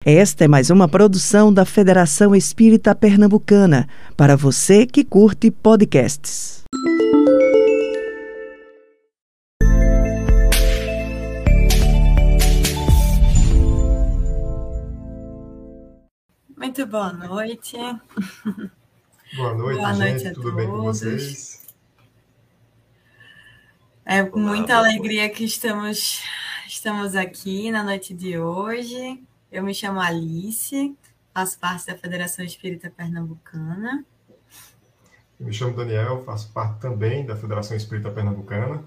Esta é mais uma produção da Federação Espírita Pernambucana, para você que curte podcasts. Muito boa noite. Boa noite, Boa gente. noite a Tudo bem com todos. vocês? É com muita alegria que estamos aqui na noite de hoje. Eu me chamo Alice, faço parte da Federação Espírita Pernambucana. Eu me chamo Daniel, faço parte também da Federação Espírita Pernambucana.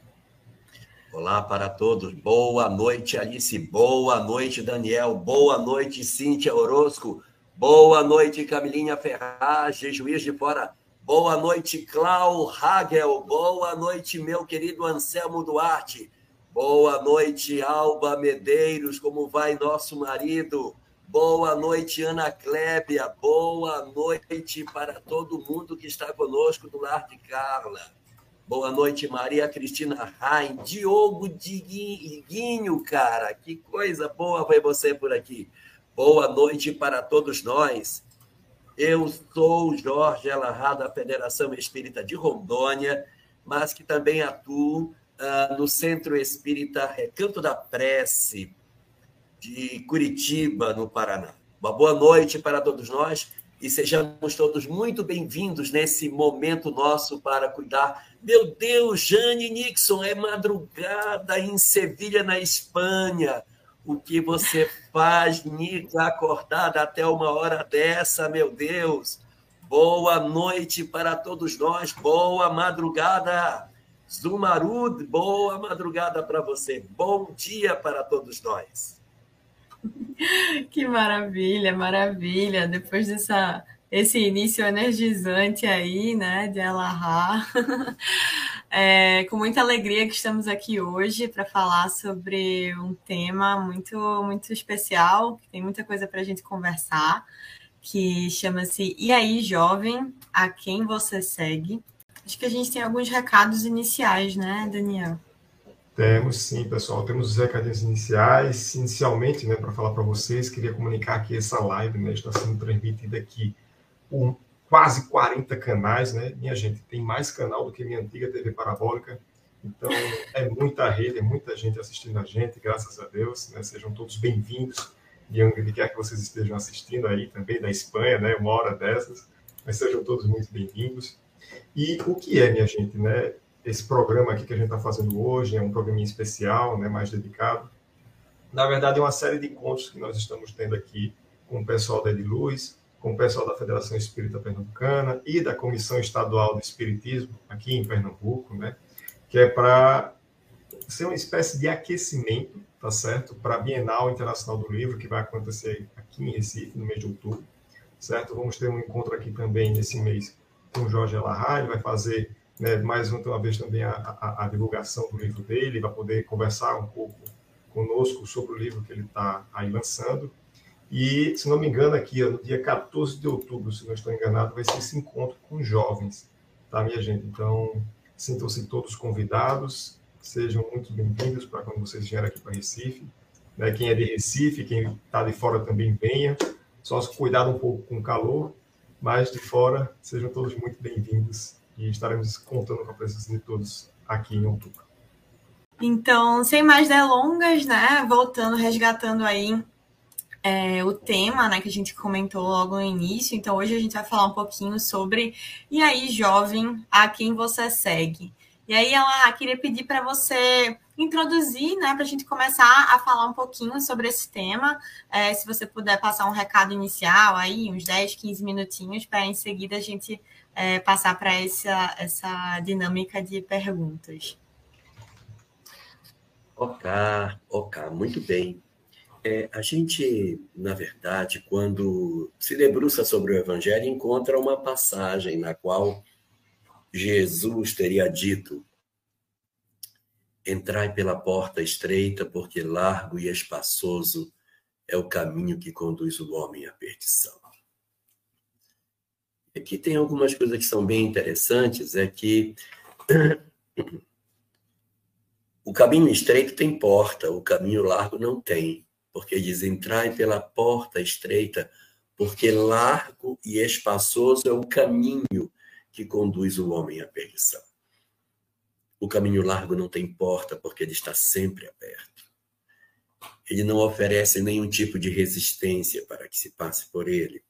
Olá para todos. Boa noite, Alice. Boa noite, Daniel. Boa noite, Cíntia Orozco. Boa noite, Camilinha Ferraz, de Juiz de Fora. Boa noite, Clau Hagel. Boa noite, meu querido Anselmo Duarte. Boa noite, Alba Medeiros. Como vai nosso marido? Boa noite, Ana Clébia. Boa noite para todo mundo que está conosco do Lar de Carla. Boa noite, Maria Cristina Rain. Diogo Diguinho, cara. Que coisa boa ver você por aqui. Boa noite para todos nós. Eu sou Jorge Elahá, da Federação Espírita de Rondônia, mas que também atuo no Centro Espírita Recanto da Prece, de Curitiba, no Paraná. Uma boa noite para todos nós e sejamos todos muito bem-vindos nesse momento nosso para cuidar. Meu Deus, Jane Nixon, é madrugada em Sevilha, na Espanha. O que você faz, Nica, acordada até uma hora dessa, meu Deus? Boa noite para todos nós, boa madrugada. Zumarud, boa madrugada para você. Bom dia para todos nós. Que maravilha, maravilha. Depois esse início energizante aí, né, de Elahá. Com muita alegria que estamos aqui hoje para falar sobre um tema muito, muito especial, que tem muita coisa para a gente conversar, que chama-se E aí, jovem, a quem você segue? Acho que a gente tem alguns recados iniciais, né, Daniel? Temos sim, pessoal. Temos os recadinhos iniciais. Inicialmente, né, para falar para vocês, queria comunicar que essa live, né, está sendo transmitida aqui por quase 40 canais, né? Minha gente, tem mais canal do que minha antiga TV parabólica. Então, é muita rede, é muita gente assistindo a gente, graças a Deus, né? Sejam todos bem-vindos, de onde quer que vocês estejam assistindo aí, também da Espanha, né? Uma hora dessas, mas sejam todos muito bem-vindos. E o que é, minha gente, né? Esse programa aqui que a gente está fazendo hoje é um programinha especial, né? Mais dedicado. Na verdade, é uma série de encontros que nós estamos tendo aqui com o pessoal da Ediluz, com o pessoal da Federação Espírita Pernambucana e da Comissão Estadual de Espiritismo aqui em Pernambuco, né? Que é para ser uma espécie de aquecimento, tá certo? Para a Bienal Internacional do Livro, que vai acontecer aqui em Recife, no mês de outubro, certo? Vamos ter um encontro aqui também nesse mês com o Jorge Elahá, ele vai fazer, né, mais uma vez também a divulgação do livro dele, vai poder conversar um pouco conosco sobre o livro que ele está aí lançando. E, se não me engano, aqui, no dia 14 de outubro, se não estou enganado, vai ser esse encontro com jovens, tá, minha gente? Então, sintam-se todos convidados, sejam muito bem-vindos para quando vocês vierem aqui para Recife. Né? Quem é de Recife, quem está de fora também venha. Só se cuidar um pouco com o calor, mas de fora, sejam todos muito bem-vindos e estaremos contando com a presença de todos aqui em outubro. Então, sem mais delongas, né? Resgatando aí o tema, né, que a gente comentou logo no início. Então, hoje a gente vai falar um pouquinho sobre E aí, jovem, a quem você segue? E aí, ela queria pedir para você introduzir, né, para a gente começar a falar um pouquinho sobre esse tema. Se você puder passar um recado inicial aí, uns 10, 15 minutinhos, para em seguida a gente passar para essa dinâmica de perguntas. Ok, muito bem. A gente, na verdade, quando se debruça sobre o Evangelho, encontra uma passagem na qual Jesus teria dito: entrai pela porta estreita, porque largo e espaçoso é o caminho que conduz o homem à perdição. Aqui tem algumas coisas que são bem interessantes, é que o caminho estreito tem porta, o caminho largo não tem. porque diz: entrai pela porta estreita, porque largo e espaçoso é o caminho que conduz o homem à perdição. O caminho largo não tem porta, porque ele está sempre aberto. Ele não oferece nenhum tipo de resistência para que se passe por ele.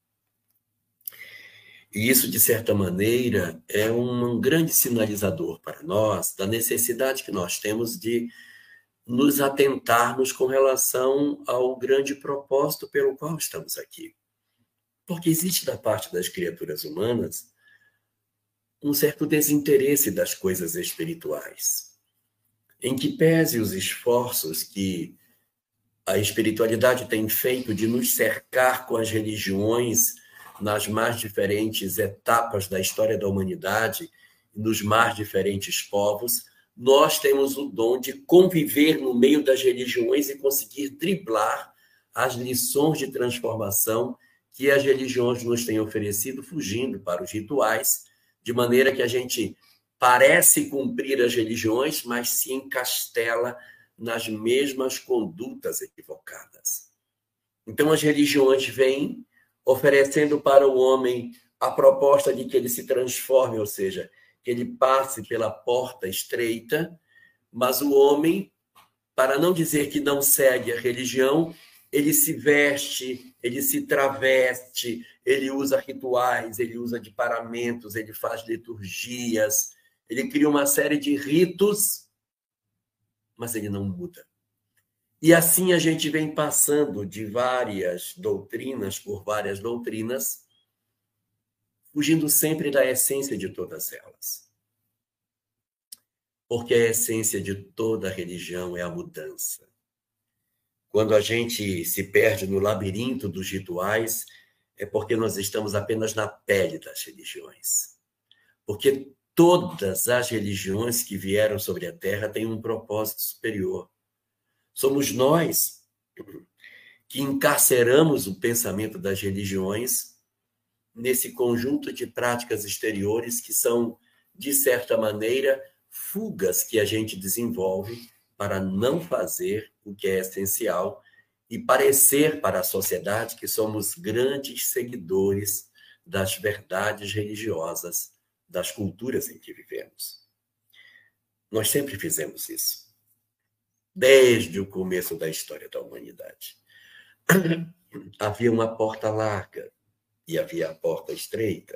E isso, de certa maneira, é um grande sinalizador para nós da necessidade que nós temos de nos atentarmos com relação ao grande propósito pelo qual estamos aqui. Porque existe da parte das criaturas humanas um certo desinteresse das coisas espirituais, em que pese os esforços que a espiritualidade tem feito de nos cercar com as religiões nas mais diferentes etapas da história da humanidade, nos mais diferentes povos, nós temos o dom de conviver no meio das religiões e conseguir driblar as lições de transformação que as religiões nos têm oferecido, fugindo para os rituais, de maneira que a gente parece cumprir as religiões, mas se encastela nas mesmas condutas equivocadas. Então, as religiões vêm oferecendo para o homem a proposta de que ele se transforme, ou seja, que ele passe pela porta estreita, mas o homem, para não dizer que não segue a religião, ele se veste, ele se traveste, ele usa rituais, ele usa de paramentos, ele faz liturgias, ele cria uma série de ritos, mas ele não muda. E assim a gente vem passando de várias doutrinas por várias doutrinas, fugindo sempre da essência de todas elas. Porque a essência de toda religião é a mudança. Quando a gente se perde no labirinto dos rituais, é porque nós estamos apenas na pele das religiões. Porque todas as religiões que vieram sobre a Terra têm um propósito superior. Somos nós que encarceramos o pensamento das religiões nesse conjunto de práticas exteriores que são, de certa maneira, fugas que a gente desenvolve para não fazer o que é essencial e parecer para a sociedade que somos grandes seguidores das verdades religiosas das culturas em que vivemos. Nós sempre fizemos isso, desde o começo da história da humanidade. Havia uma porta larga e havia a porta estreita.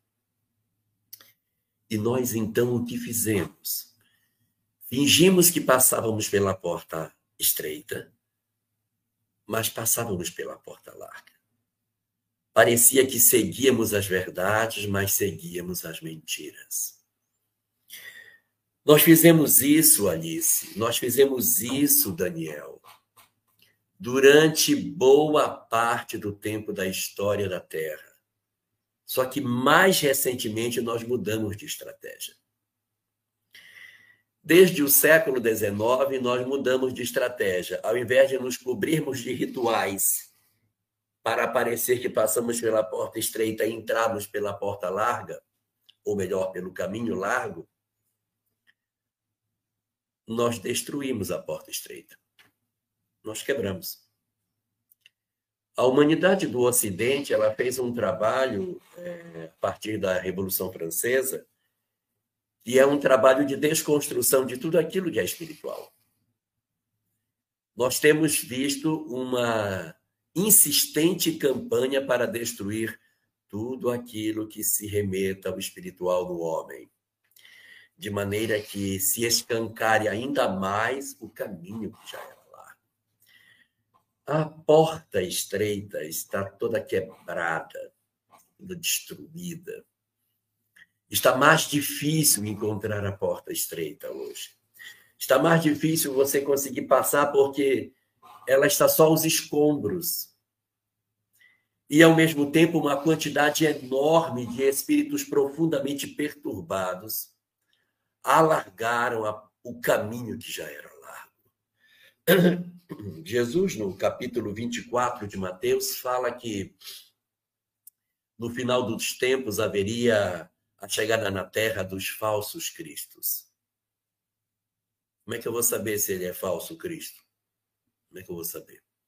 E nós, então, o que fizemos? Fingimos que passávamos pela porta estreita, mas passávamos pela porta larga. Parecia que seguíamos as verdades, mas seguíamos as mentiras. Nós fizemos isso, Alice, nós fizemos isso, Daniel, durante boa parte do tempo da história da Terra. Só que, mais recentemente, nós mudamos de estratégia. Desde o século XIX, nós mudamos de estratégia. Ao invés de nos cobrirmos de rituais para parecer que passamos pela porta estreita e entramos pela porta larga, ou melhor, pelo caminho largo, nós destruímos a porta estreita. Nós quebramos. A humanidade do Ocidente, ela fez um trabalho a partir da Revolução Francesa, e é um trabalho de desconstrução de tudo aquilo que é espiritual. Nós temos visto uma insistente campanha para destruir tudo aquilo que se remeta ao espiritual do homem, de maneira que se escancare ainda mais o caminho que já era lá. A porta estreita está toda quebrada, toda destruída. Está mais difícil encontrar a porta estreita hoje. Está mais difícil você conseguir passar porque ela está só os escombros. E, ao mesmo tempo, uma quantidade enorme de espíritos profundamente perturbados alargaram o caminho que já era largo. Jesus, no capítulo 24 de Mateus, fala que no final dos tempos haveria a chegada na Terra dos falsos cristos. Como é que eu vou saber se ele é falso Cristo? Como é que eu vou saber?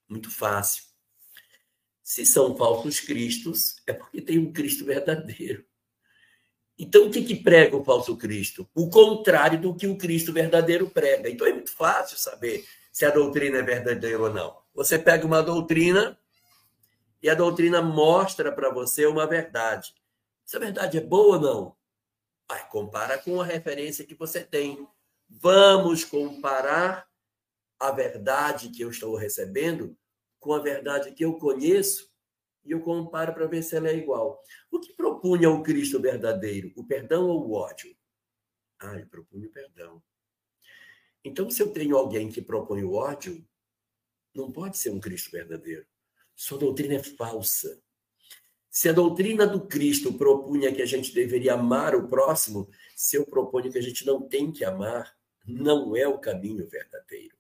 Muito fácil. Se são falsos cristos, é porque tem um Cristo verdadeiro. Então, o que prega o falso Cristo? O contrário do que o Cristo verdadeiro prega. Então, é muito fácil saber se a doutrina é verdadeira ou não. Você pega uma doutrina e a doutrina mostra para você uma verdade. Essa verdade é boa ou não? Compara com a referência que você tem. Vamos comparar a verdade que eu estou recebendo com a verdade que eu conheço e eu comparo para ver se ela é igual. O que propunha o Cristo verdadeiro? O perdão ou o ódio? Ele propunha o perdão. Então, se eu tenho alguém que propõe o ódio, não pode ser um Cristo verdadeiro. Sua doutrina é falsa. Se a doutrina do Cristo propunha que a gente deveria amar o próximo, se eu proponho que a gente não tem que amar, não é o caminho verdadeiro.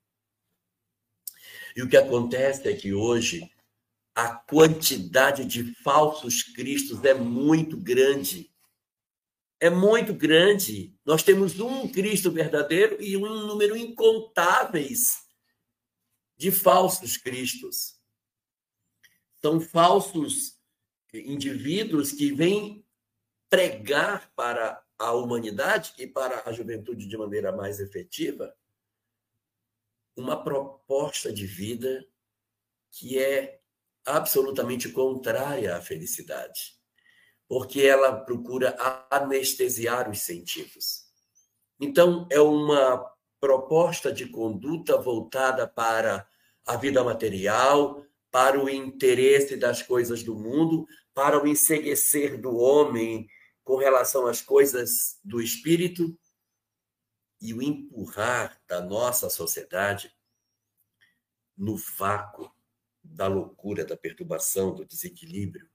E o que acontece é que hoje a quantidade de falsos cristos é muito grande. É muito grande. Nós temos um Cristo verdadeiro e um número incontáveis de falsos cristos. São falsos indivíduos que vêm pregar para a humanidade e para a juventude de maneira mais efetiva uma proposta de vida que é absolutamente contrária à felicidade, porque ela procura anestesiar os sentidos. Então, é uma proposta de conduta voltada para a vida material, para o interesse das coisas do mundo, para o enceguecer do homem com relação às coisas do espírito e o empurrar da nossa sociedade no vácuo da loucura, da perturbação, do desequilíbrio.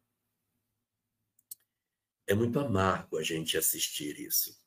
É muito amargo a gente assistir isso.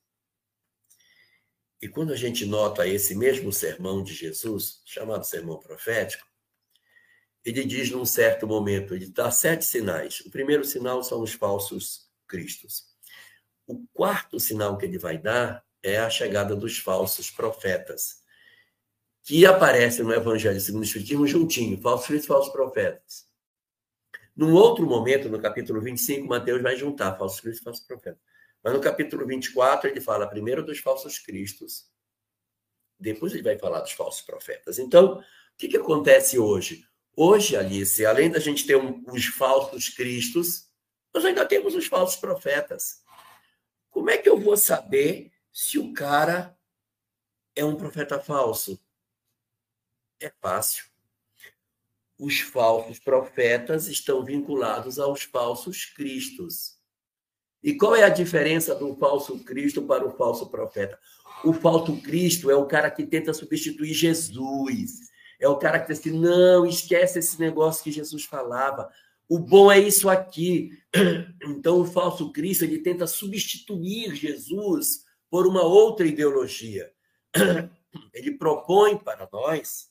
E quando a gente nota esse mesmo sermão de Jesus, chamado sermão profético, ele diz num certo momento, ele dá 7 sinais. O primeiro sinal são os falsos cristos. O quarto sinal que ele vai dar é a chegada dos falsos profetas, que aparecem no Evangelho segundo o Espiritismo juntinho, falsos cristos e falsos profetas. Num outro momento, no capítulo 25, Mateus vai juntar falsos cristos e falsos profetas. Mas no capítulo 24, ele fala primeiro dos falsos cristos, depois ele vai falar dos falsos profetas. Então, o que acontece hoje? Hoje, Alice, além da gente ter os falsos cristos, nós ainda temos os falsos profetas. Como é que eu vou saber se o cara é um profeta falso? É fácil. Os falsos profetas estão vinculados aos falsos cristos. E qual é a diferença do falso Cristo para o falso profeta? O falso Cristo é o cara que tenta substituir Jesus. É o cara que diz assim, não, esquece esse negócio que Jesus falava. O bom é isso aqui. Então, o falso Cristo, ele tenta substituir Jesus por uma outra ideologia. Ele propõe para nós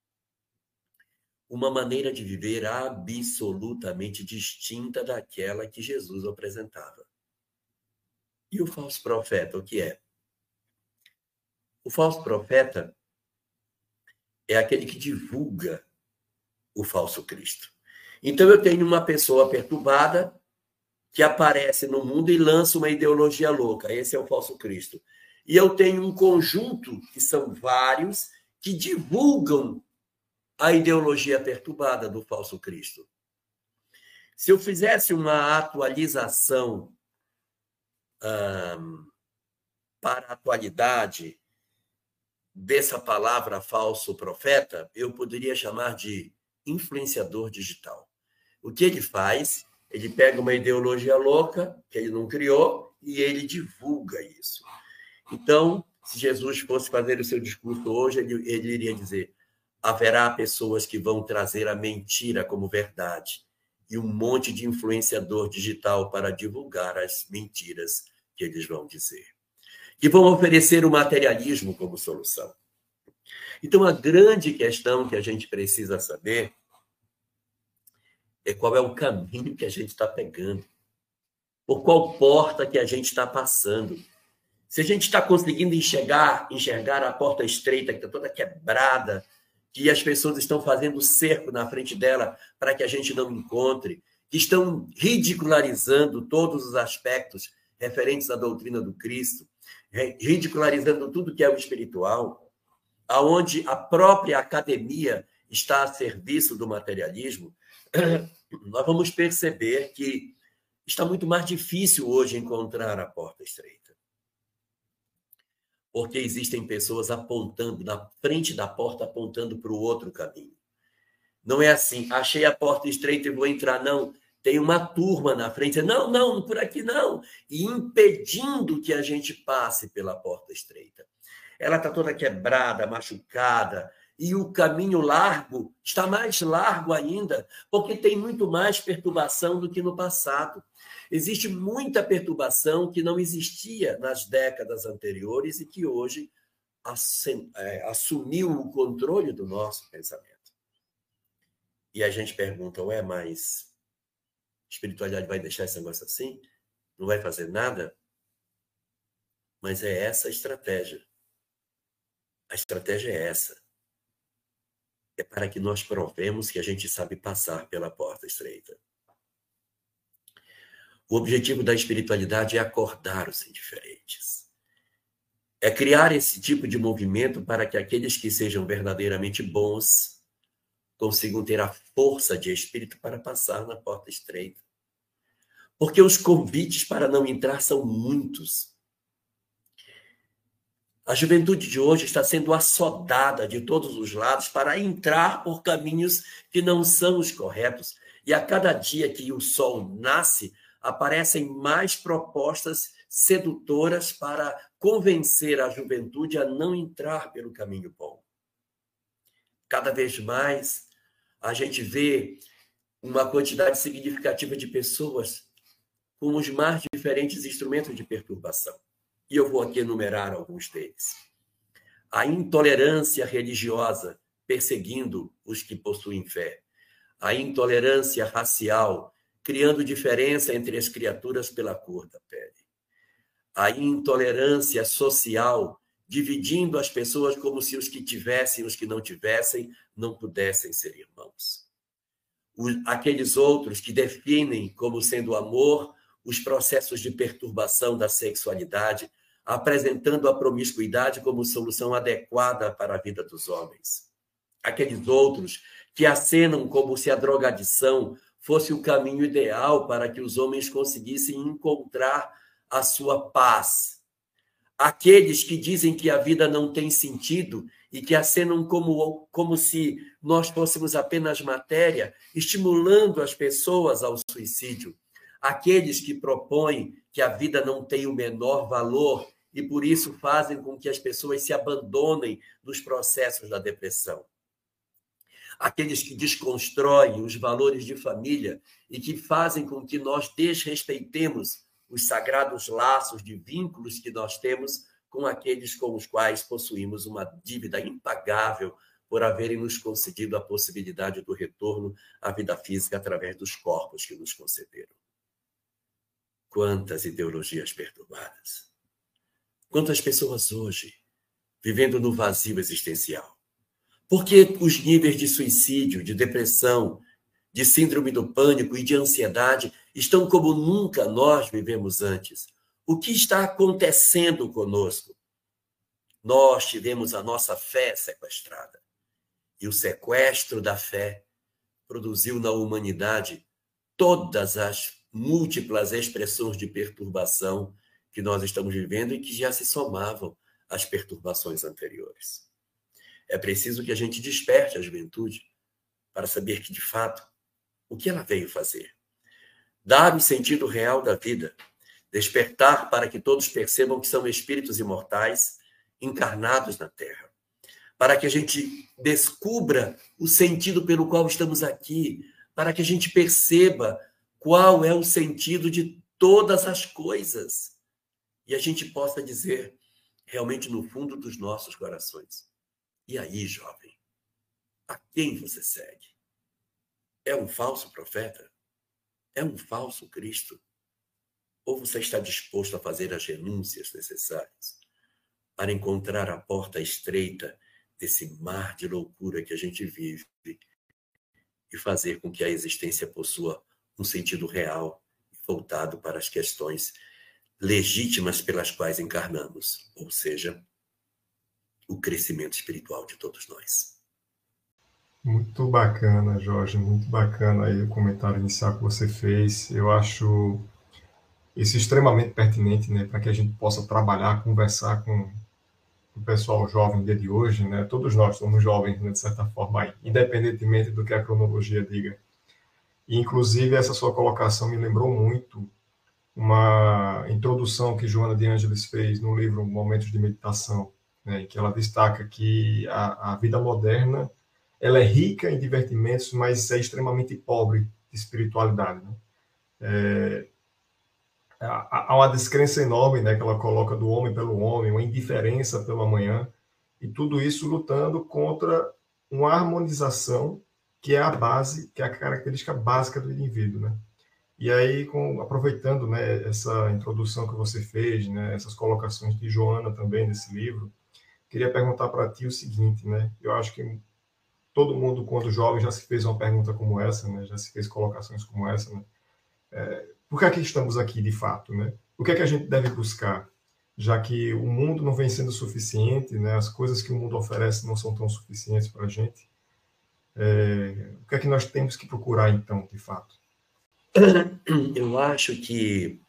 uma maneira de viver absolutamente distinta daquela que Jesus apresentava. E o falso profeta, o que é? O falso profeta é aquele que divulga o falso Cristo. Então, eu tenho uma pessoa perturbada que aparece no mundo e lança uma ideologia louca. Esse é o falso Cristo. E eu tenho um conjunto, que são vários, que divulgam a ideologia perturbada do falso Cristo. Se eu fizesse uma atualização para a atualidade dessa palavra falso profeta, eu poderia chamar de influenciador digital. O que ele faz? Ele pega uma ideologia louca que ele não criou e ele divulga isso. Então, se Jesus fosse fazer o seu discurso hoje, ele iria dizer: haverá pessoas que vão trazer a mentira como verdade e um monte de influenciador digital para divulgar as mentiras que eles vão dizer. Que vão oferecer o materialismo como solução. Então, a grande questão que a gente precisa saber é qual é o caminho que a gente está pegando, por qual porta que a gente está passando. Se a gente está conseguindo enxergar a porta estreita, que está toda quebrada, que as pessoas estão fazendo cerco na frente dela para que a gente não encontre, que estão ridicularizando todos os aspectos referentes à doutrina do Cristo, ridicularizando tudo que é o espiritual, aonde a própria academia está a serviço do materialismo, nós vamos perceber que está muito mais difícil hoje encontrar a porta estreita. Porque existem pessoas apontando na frente da porta, apontando para o outro caminho. Não é assim, achei a porta estreita e vou entrar, não. Tem uma turma na frente, não, não, por aqui não. E impedindo que a gente passe pela porta estreita. Ela está toda quebrada, machucada, e o caminho largo está mais largo ainda, porque tem muito mais perturbação do que no passado. Existe muita perturbação que não existia nas décadas anteriores e que hoje assumiu o controle do nosso pensamento. E a gente pergunta, ué, mas a espiritualidade vai deixar esse negócio assim? Não vai fazer nada? Mas é essa a estratégia. A estratégia é essa. É para que nós provemos que a gente sabe passar pela porta estreita. O objetivo da espiritualidade é acordar os indiferentes. É criar esse tipo de movimento para que aqueles que sejam verdadeiramente bons consigam ter a força de espírito para passar na porta estreita. Porque os convites para não entrar são muitos. A juventude de hoje está sendo assodada de todos os lados para entrar por caminhos que não são os corretos. E a cada dia que o sol nasce, aparecem mais propostas sedutoras para convencer a juventude a não entrar pelo caminho bom. Cada vez mais, a gente vê uma quantidade significativa de pessoas com os mais diferentes instrumentos de perturbação. E eu vou aqui enumerar alguns deles. A intolerância religiosa, perseguindo os que possuem fé. A intolerância racial, criando diferença entre as criaturas pela cor da pele. A intolerância social, dividindo as pessoas como se os que tivessem e os que não tivessem não pudessem ser irmãos. Aqueles outros que definem como sendo amor os processos de perturbação da sexualidade, apresentando a promiscuidade como solução adequada para a vida dos homens. Aqueles outros que acenam como se a drogadição fosse o caminho ideal para que os homens conseguissem encontrar a sua paz. Aqueles que dizem que a vida não tem sentido e que acenam como se nós fôssemos apenas matéria, estimulando as pessoas ao suicídio. Aqueles que propõem que a vida não tem o menor valor e por isso fazem com que as pessoas se abandonem nos processos da depressão. Aqueles que desconstroem os valores de família e que fazem com que nós desrespeitemos os sagrados laços de vínculos que nós temos com aqueles com os quais possuímos uma dívida impagável por haverem nos concedido a possibilidade do retorno à vida física através dos corpos que nos concederam. Quantas ideologias perturbadas! Quantas pessoas hoje vivendo no vazio existencial? Por que os níveis de suicídio, de depressão, de síndrome do pânico e de ansiedade estão como nunca nós vivemos antes? O que está acontecendo conosco? Nós tivemos a nossa fé sequestrada. E o sequestro da fé produziu na humanidade todas as múltiplas expressões de perturbação que nós estamos vivendo e que já se somavam às perturbações anteriores. É preciso que a gente desperte a juventude para saber que, de fato, o que ela veio fazer? Dar o sentido real da vida, despertar para que todos percebam que são espíritos imortais encarnados na Terra, para que a gente descubra o sentido pelo qual estamos aqui, para que a gente perceba qual é o sentido de todas as coisas e a gente possa dizer realmente no fundo dos nossos corações: e aí, jovem, a quem você segue? É um falso profeta? É um falso Cristo? Ou você está disposto a fazer as renúncias necessárias para encontrar a porta estreita desse mar de loucura que a gente vive e fazer com que a existência possua um sentido real e voltado para as questões legítimas pelas quais encarnamos, ou seja, o crescimento espiritual de todos nós. Muito bacana, Jorge, muito bacana aí o comentário inicial que você fez. Eu acho isso extremamente pertinente, né, para que a gente possa trabalhar, conversar com o pessoal jovem de hoje, né? Todos nós somos jovens, né, de certa forma, aí, independentemente do que a cronologia diga. E, inclusive, essa sua colocação me lembrou muito uma introdução que Joana de Ângeles fez no livro Momentos de Meditação, né, em que ela destaca que a vida moderna ela é rica em divertimentos, mas é extremamente pobre de espiritualidade, né? Há uma descrença enorme, né, que ela coloca do homem pelo homem, uma indiferença pelo amanhã, e tudo isso lutando contra uma harmonização que é a base, que é a característica básica do indivíduo, né? E aí, aproveitando, né, essa introdução que você fez, né, essas colocações de Joana também nesse livro, queria perguntar para ti o seguinte, né? Eu acho que todo mundo, quando jovem, já se fez uma pergunta como essa, né? Já se fez colocações como essa, né? Por que é que estamos aqui, de fato, né? O que é que a gente deve buscar? Já que o mundo não vem sendo suficiente, né? As coisas que o mundo oferece não são tão suficientes para a gente. O que é que nós temos que procurar, então, de fato? Eu acho que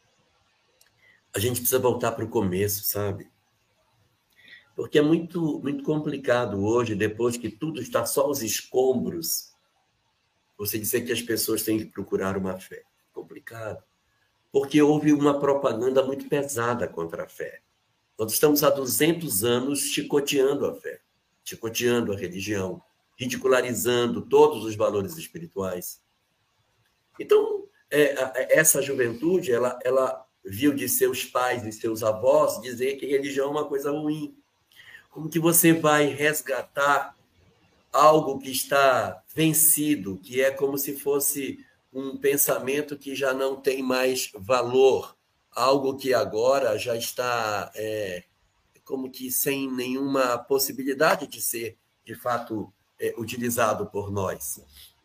a gente precisa voltar para o começo, sabe? Porque é muito, muito complicado hoje, depois que tudo está só aos escombros, você dizer que as pessoas têm que procurar uma fé. Complicado. Porque houve uma propaganda muito pesada contra a fé. Nós estamos há 200 anos chicoteando a fé, chicoteando a religião, ridicularizando todos os valores espirituais. Então, essa juventude, ela viu de seus pais e seus avós dizer que religião é uma coisa ruim. Como que você vai resgatar algo que está vencido, que é como se fosse um pensamento que já não tem mais valor, algo que agora já está como que sem nenhuma possibilidade de ser, de fato, utilizado por nós.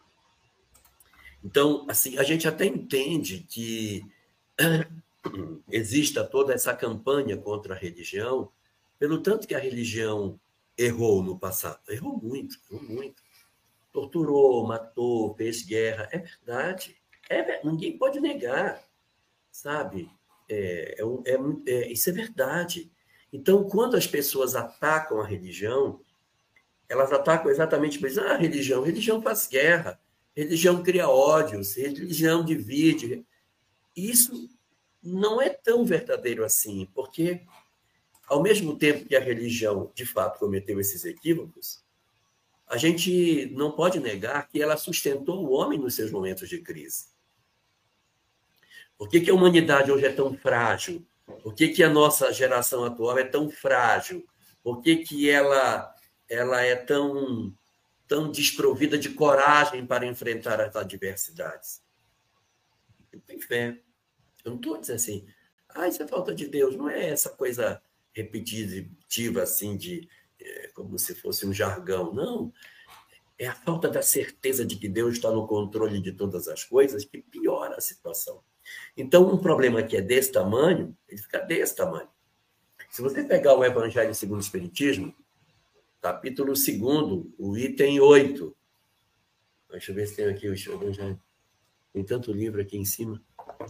Então, assim, a gente até entende que exista toda essa campanha contra a religião, pelo tanto que a religião errou no passado. Errou muito, errou muito. Torturou, matou, fez guerra. É verdade. Ninguém pode negar, sabe? Isso é verdade. Então, quando as pessoas atacam a religião, elas atacam exatamente por isso. Religião faz guerra, religião cria ódios, religião divide. Isso não é tão verdadeiro assim, porque, ao mesmo tempo que a religião, de fato, cometeu esses equívocos, a gente não pode negar que ela sustentou o homem nos seus momentos de crise. Por que a humanidade hoje é tão frágil? Por que a nossa geração atual é tão frágil? Por que ela é tão desprovida de coragem para enfrentar as adversidades? Não tem fé. Eu não estou dizendo assim, isso é falta de Deus. Não é essa coisa repetitiva, assim, como se fosse um jargão. Não. É a falta da certeza de que Deus está no controle de todas as coisas que piora a situação. Então, um problema que é desse tamanho, ele fica desse tamanho. Se você pegar o Evangelho segundo o Espiritismo, capítulo 2º, o item 8. Deixa eu ver se tem aqui o Evangelho. Tem tanto livro aqui em cima.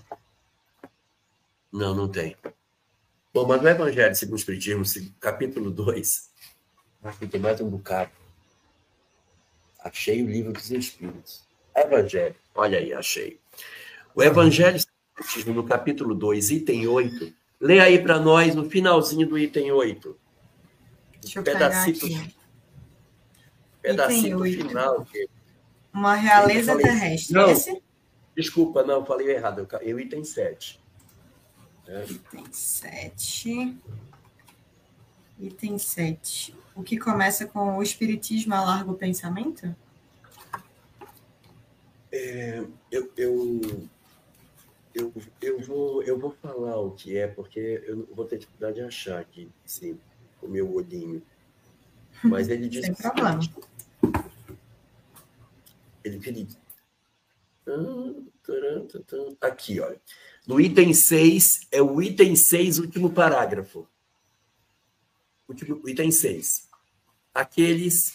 Não tem. Bom, mas no Evangelho segundo o Espiritismo, capítulo 2, aqui tem mais um bocado. Achei o livro dos Espíritos. Evangelho. Olha aí, achei. O Evangelho segundo o Espiritismo, no capítulo 2, item 8. Lê aí para nós no finalzinho do item 8. Deixa eu pegar aqui. Pedacito final. Uma realeza terrestre. Não, esse? Desculpa, não, falei errado. Eu item 7. Item 7. Item 7. O que começa com o Espiritismo alarga o pensamento? Eu vou falar o que é, porque eu vou ter dificuldade de achar aqui, sim, com o meu olhinho. Mas ele diz... Sem problema. Ele... Aqui, olha. No item 6, é o item 6, último parágrafo. Item 6. Aqueles...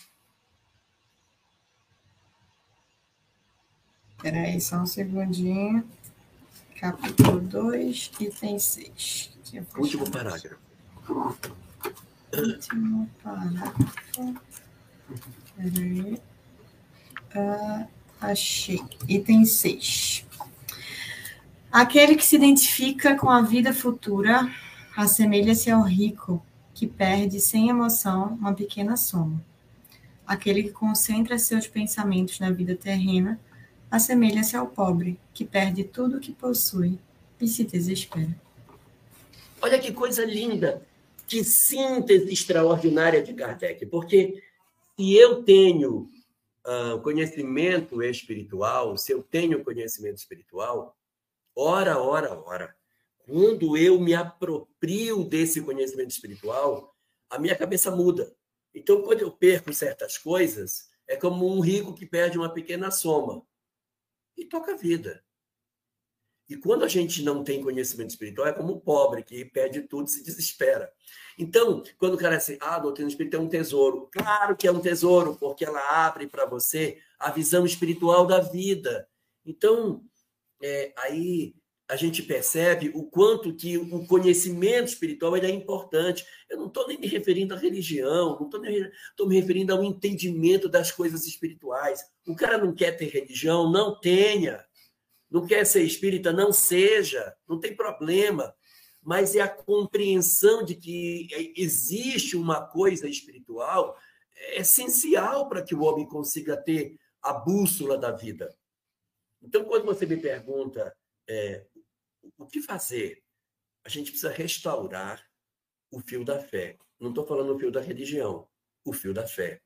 Espera aí, só um segundinho. Capítulo 2, item 6. Último parágrafo. Último parágrafo. Espera aí. Achei. Item 6. Aquele que se identifica com a vida futura assemelha-se ao rico que perde sem emoção uma pequena soma. Aquele que concentra seus pensamentos na vida terrena assemelha-se ao pobre que perde tudo o que possui e se desespera. Olha que coisa linda, que síntese extraordinária de Kardec, porque se eu tenho conhecimento espiritual, se eu tenho conhecimento espiritual, ora, quando eu me aproprio desse conhecimento espiritual, a minha cabeça muda. Então, quando eu perco certas coisas, é como um rico que perde uma pequena soma e toca a vida. E quando a gente não tem conhecimento espiritual, é como o pobre que perde tudo e se desespera. Então, quando o cara diz, a doutrina espírita é um tesouro. Claro que é um tesouro, porque ela abre para você a visão espiritual da vida. Então, aí a gente percebe o quanto que o conhecimento espiritual ele é importante. Eu não estou nem me referindo à religião, não estou me referindo ao entendimento das coisas espirituais. O cara não quer ter religião, não tenha. Não quer ser espírita, não seja, não tem problema. Mas é a compreensão de que existe uma coisa espiritual essencial para que o homem consiga ter a bússola da vida. Então, quando você me pergunta o que fazer, a gente precisa restaurar o fio da fé. Não estou falando o fio da religião, o fio da fé.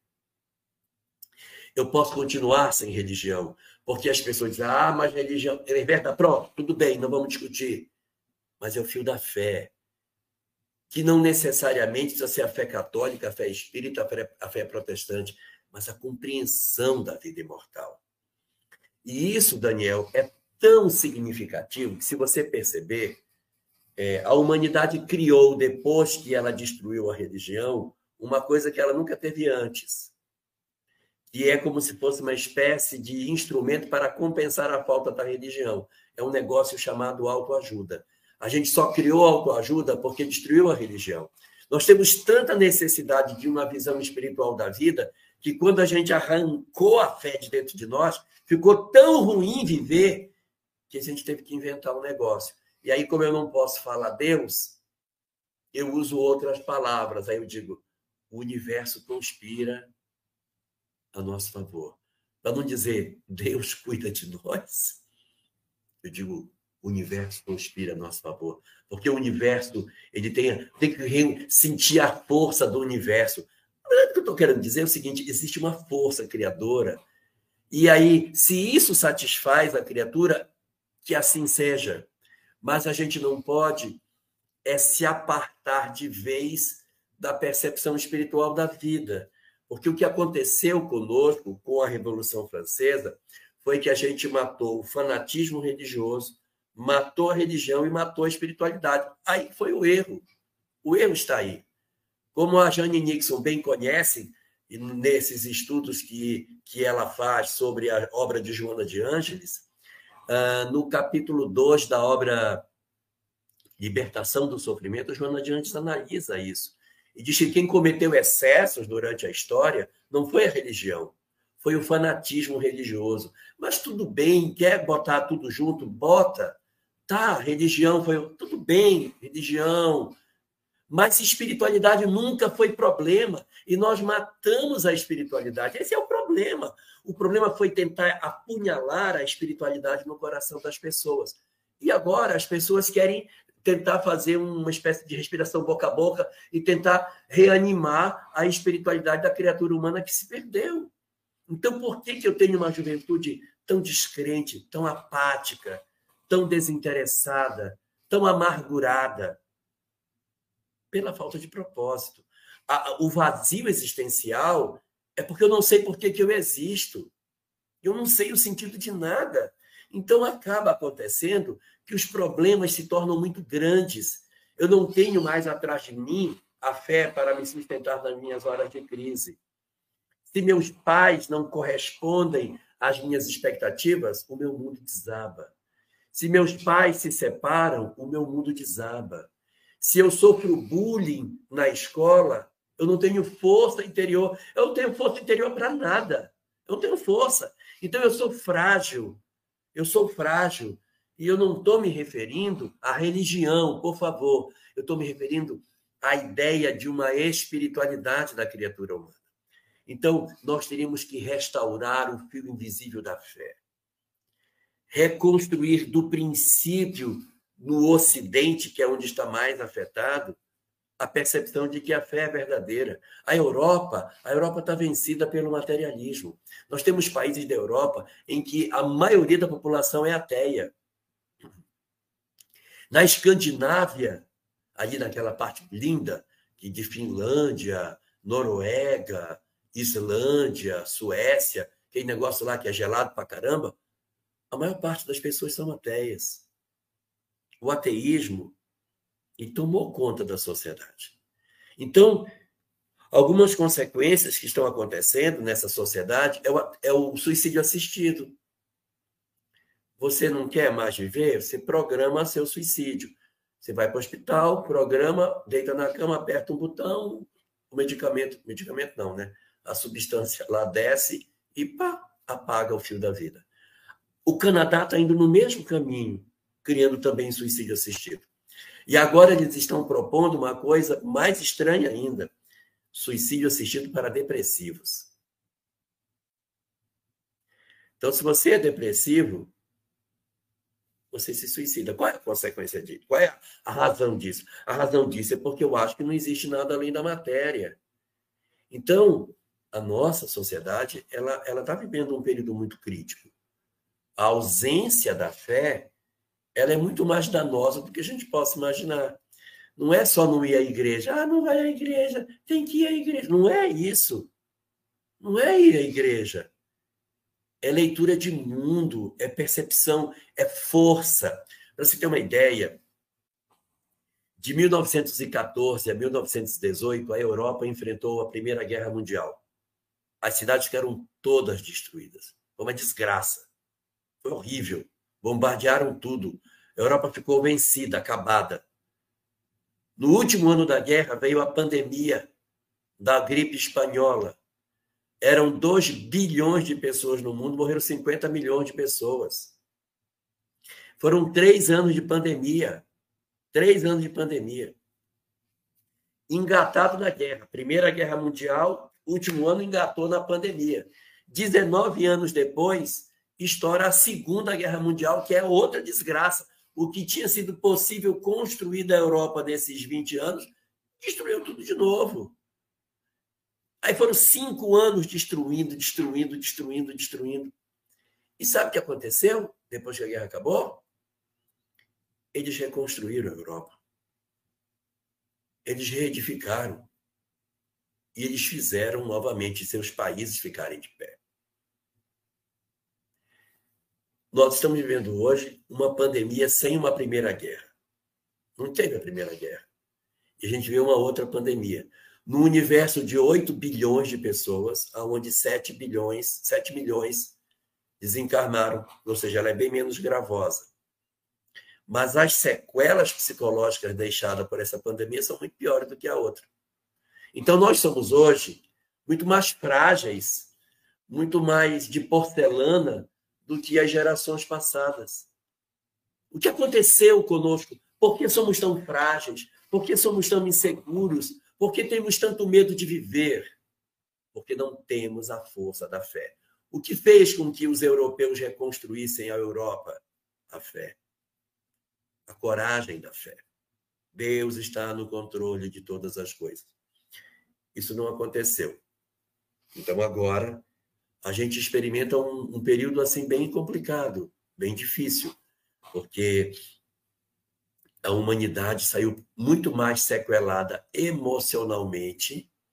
Eu posso continuar sem religião, porque as pessoas dizem, mas religião é verdade, pronto, tudo bem, não vamos discutir. Mas é o fio da fé, que não necessariamente precisa ser a fé católica, a fé espírita, a fé protestante, mas a compreensão da vida imortal. E isso, Daniel, é tão significativo que, se você perceber, a humanidade criou, depois que ela destruiu a religião, uma coisa que ela nunca teve antes, que é como se fosse uma espécie de instrumento para compensar a falta da religião. É um negócio chamado autoajuda. A gente só criou autoajuda porque destruiu a religião. Nós temos tanta necessidade de uma visão espiritual da vida que, quando a gente arrancou a fé de dentro de nós, ficou tão ruim viver que a gente teve que inventar um negócio. E aí, como eu não posso falar Deus, eu uso outras palavras. Aí eu digo, o universo conspira a nosso favor. Para não dizer, Deus cuida de nós, eu digo, o universo conspira a nosso favor. Porque o universo, ele tem que sentir a força do universo. O que eu estou querendo dizer é o seguinte, existe uma força criadora, e aí, se isso satisfaz a criatura, que assim seja. Mas a gente não pode se apartar de vez da percepção espiritual da vida. Porque o que aconteceu conosco com a Revolução Francesa foi que a gente matou o fanatismo religioso, matou a religião e matou a espiritualidade. Aí foi o erro. O erro está aí. Como a Jane Nixon bem conhece, nesses estudos que ela faz sobre a obra de Joana de Ângeles, no capítulo 2 da obra Libertação do Sofrimento, Joana de Ângeles analisa isso. E diz que quem cometeu excessos durante a história não foi a religião, foi o fanatismo religioso. Mas tudo bem, quer botar tudo junto? Bota. Tá, religião foi... Tudo bem, religião. Mas espiritualidade nunca foi problema. E nós matamos a espiritualidade. Esse é o problema. O problema foi tentar apunhalar a espiritualidade no coração das pessoas. E agora as pessoas querem tentar fazer uma espécie de respiração boca a boca e tentar reanimar a espiritualidade da criatura humana que se perdeu. Então, por que eu tenho uma juventude tão descrente, tão apática, tão desinteressada, tão amargurada? Pela falta de propósito. O vazio existencial é porque eu não sei por que eu existo. Eu não sei o sentido de nada. Então, acaba acontecendo que os problemas se tornam muito grandes. Eu não tenho mais atrás de mim a fé para me sustentar nas minhas horas de crise. Se meus pais não correspondem às minhas expectativas, o meu mundo desaba. Se meus pais se separam, o meu mundo desaba. Se eu sofro bullying na escola, eu não tenho força interior. Eu não tenho força interior para nada. Eu não tenho força. Então, eu sou frágil. Eu sou frágil. E eu não estou me referindo à religião, por favor. Eu estou me referindo à ideia de uma espiritualidade da criatura humana. Então, nós teríamos que restaurar o fio invisível da fé. Reconstruir do princípio, no Ocidente, que é onde está mais afetado, a percepção de que a fé é verdadeira. A Europa está vencida pelo materialismo. Nós temos países da Europa em que a maioria da população é ateia. Na Escandinávia, ali naquela parte linda, de Finlândia, Noruega, Islândia, Suécia, aquele negócio lá que é gelado pra caramba, a maior parte das pessoas são ateias. O ateísmo tomou conta da sociedade. Então, algumas consequências que estão acontecendo nessa sociedade é o suicídio assistido. Você não quer mais viver? Você programa seu suicídio. Você vai para o hospital, programa, deita na cama, aperta um botão, o medicamento não, né? A substância lá desce e pá, apaga o fio da vida. O Canadá está indo no mesmo caminho, criando também suicídio assistido. E agora eles estão propondo uma coisa mais estranha ainda: suicídio assistido para depressivos. Então, se você é depressivo, você se suicida. Qual é a consequência disso? Qual é a razão disso? A razão disso é porque eu acho que não existe nada além da matéria. Então, a nossa sociedade ela está vivendo um período muito crítico. A ausência da fé ela é muito mais danosa do que a gente possa imaginar. Não é só não ir à igreja. Ah, não vai à igreja, tem que ir à igreja. Não é isso. Não é ir à igreja. É leitura de mundo, é percepção, é força. Para você ter uma ideia, de 1914 a 1918, a Europa enfrentou a Primeira Guerra Mundial. As cidades ficaram todas destruídas. Foi uma desgraça. Foi horrível. Bombardearam tudo. A Europa ficou vencida, acabada. No último ano da guerra veio a pandemia da gripe espanhola. Eram 2 bilhões de pessoas no mundo, morreram 50 milhões de pessoas. Foram 3 anos de pandemia. 3 anos de pandemia. Engatado na guerra. Primeira Guerra Mundial, último ano engatou na pandemia. 19 anos depois, estoura a Segunda Guerra Mundial, que é outra desgraça. O que tinha sido possível construir da Europa nesses 20 anos, destruiu tudo de novo. Aí foram 5 anos destruindo. E sabe o que aconteceu depois que a guerra acabou? Eles reconstruíram a Europa. Eles reedificaram. E eles fizeram novamente seus países ficarem de pé. Nós estamos vivendo hoje uma pandemia sem uma primeira guerra. Não teve a primeira guerra. E a gente vê uma outra pandemia. No universo de 8 bilhões de pessoas, onde 7 milhões desencarnaram, ou seja, ela é bem menos gravosa. Mas as sequelas psicológicas deixadas por essa pandemia são muito piores do que a outra. Então, nós somos hoje muito mais frágeis, muito mais de porcelana do que as gerações passadas. O que aconteceu conosco? Por que somos tão frágeis? Por que somos tão inseguros? Por que temos tanto medo de viver? Porque não temos a força da fé. O que fez com que os europeus reconstruíssem a Europa? A fé. A coragem da fé. Deus está no controle de todas as coisas. Isso não aconteceu. Então, agora, a gente experimenta um período assim bem complicado, bem difícil, porque a humanidade saiu muito mais sequelada emocionalmente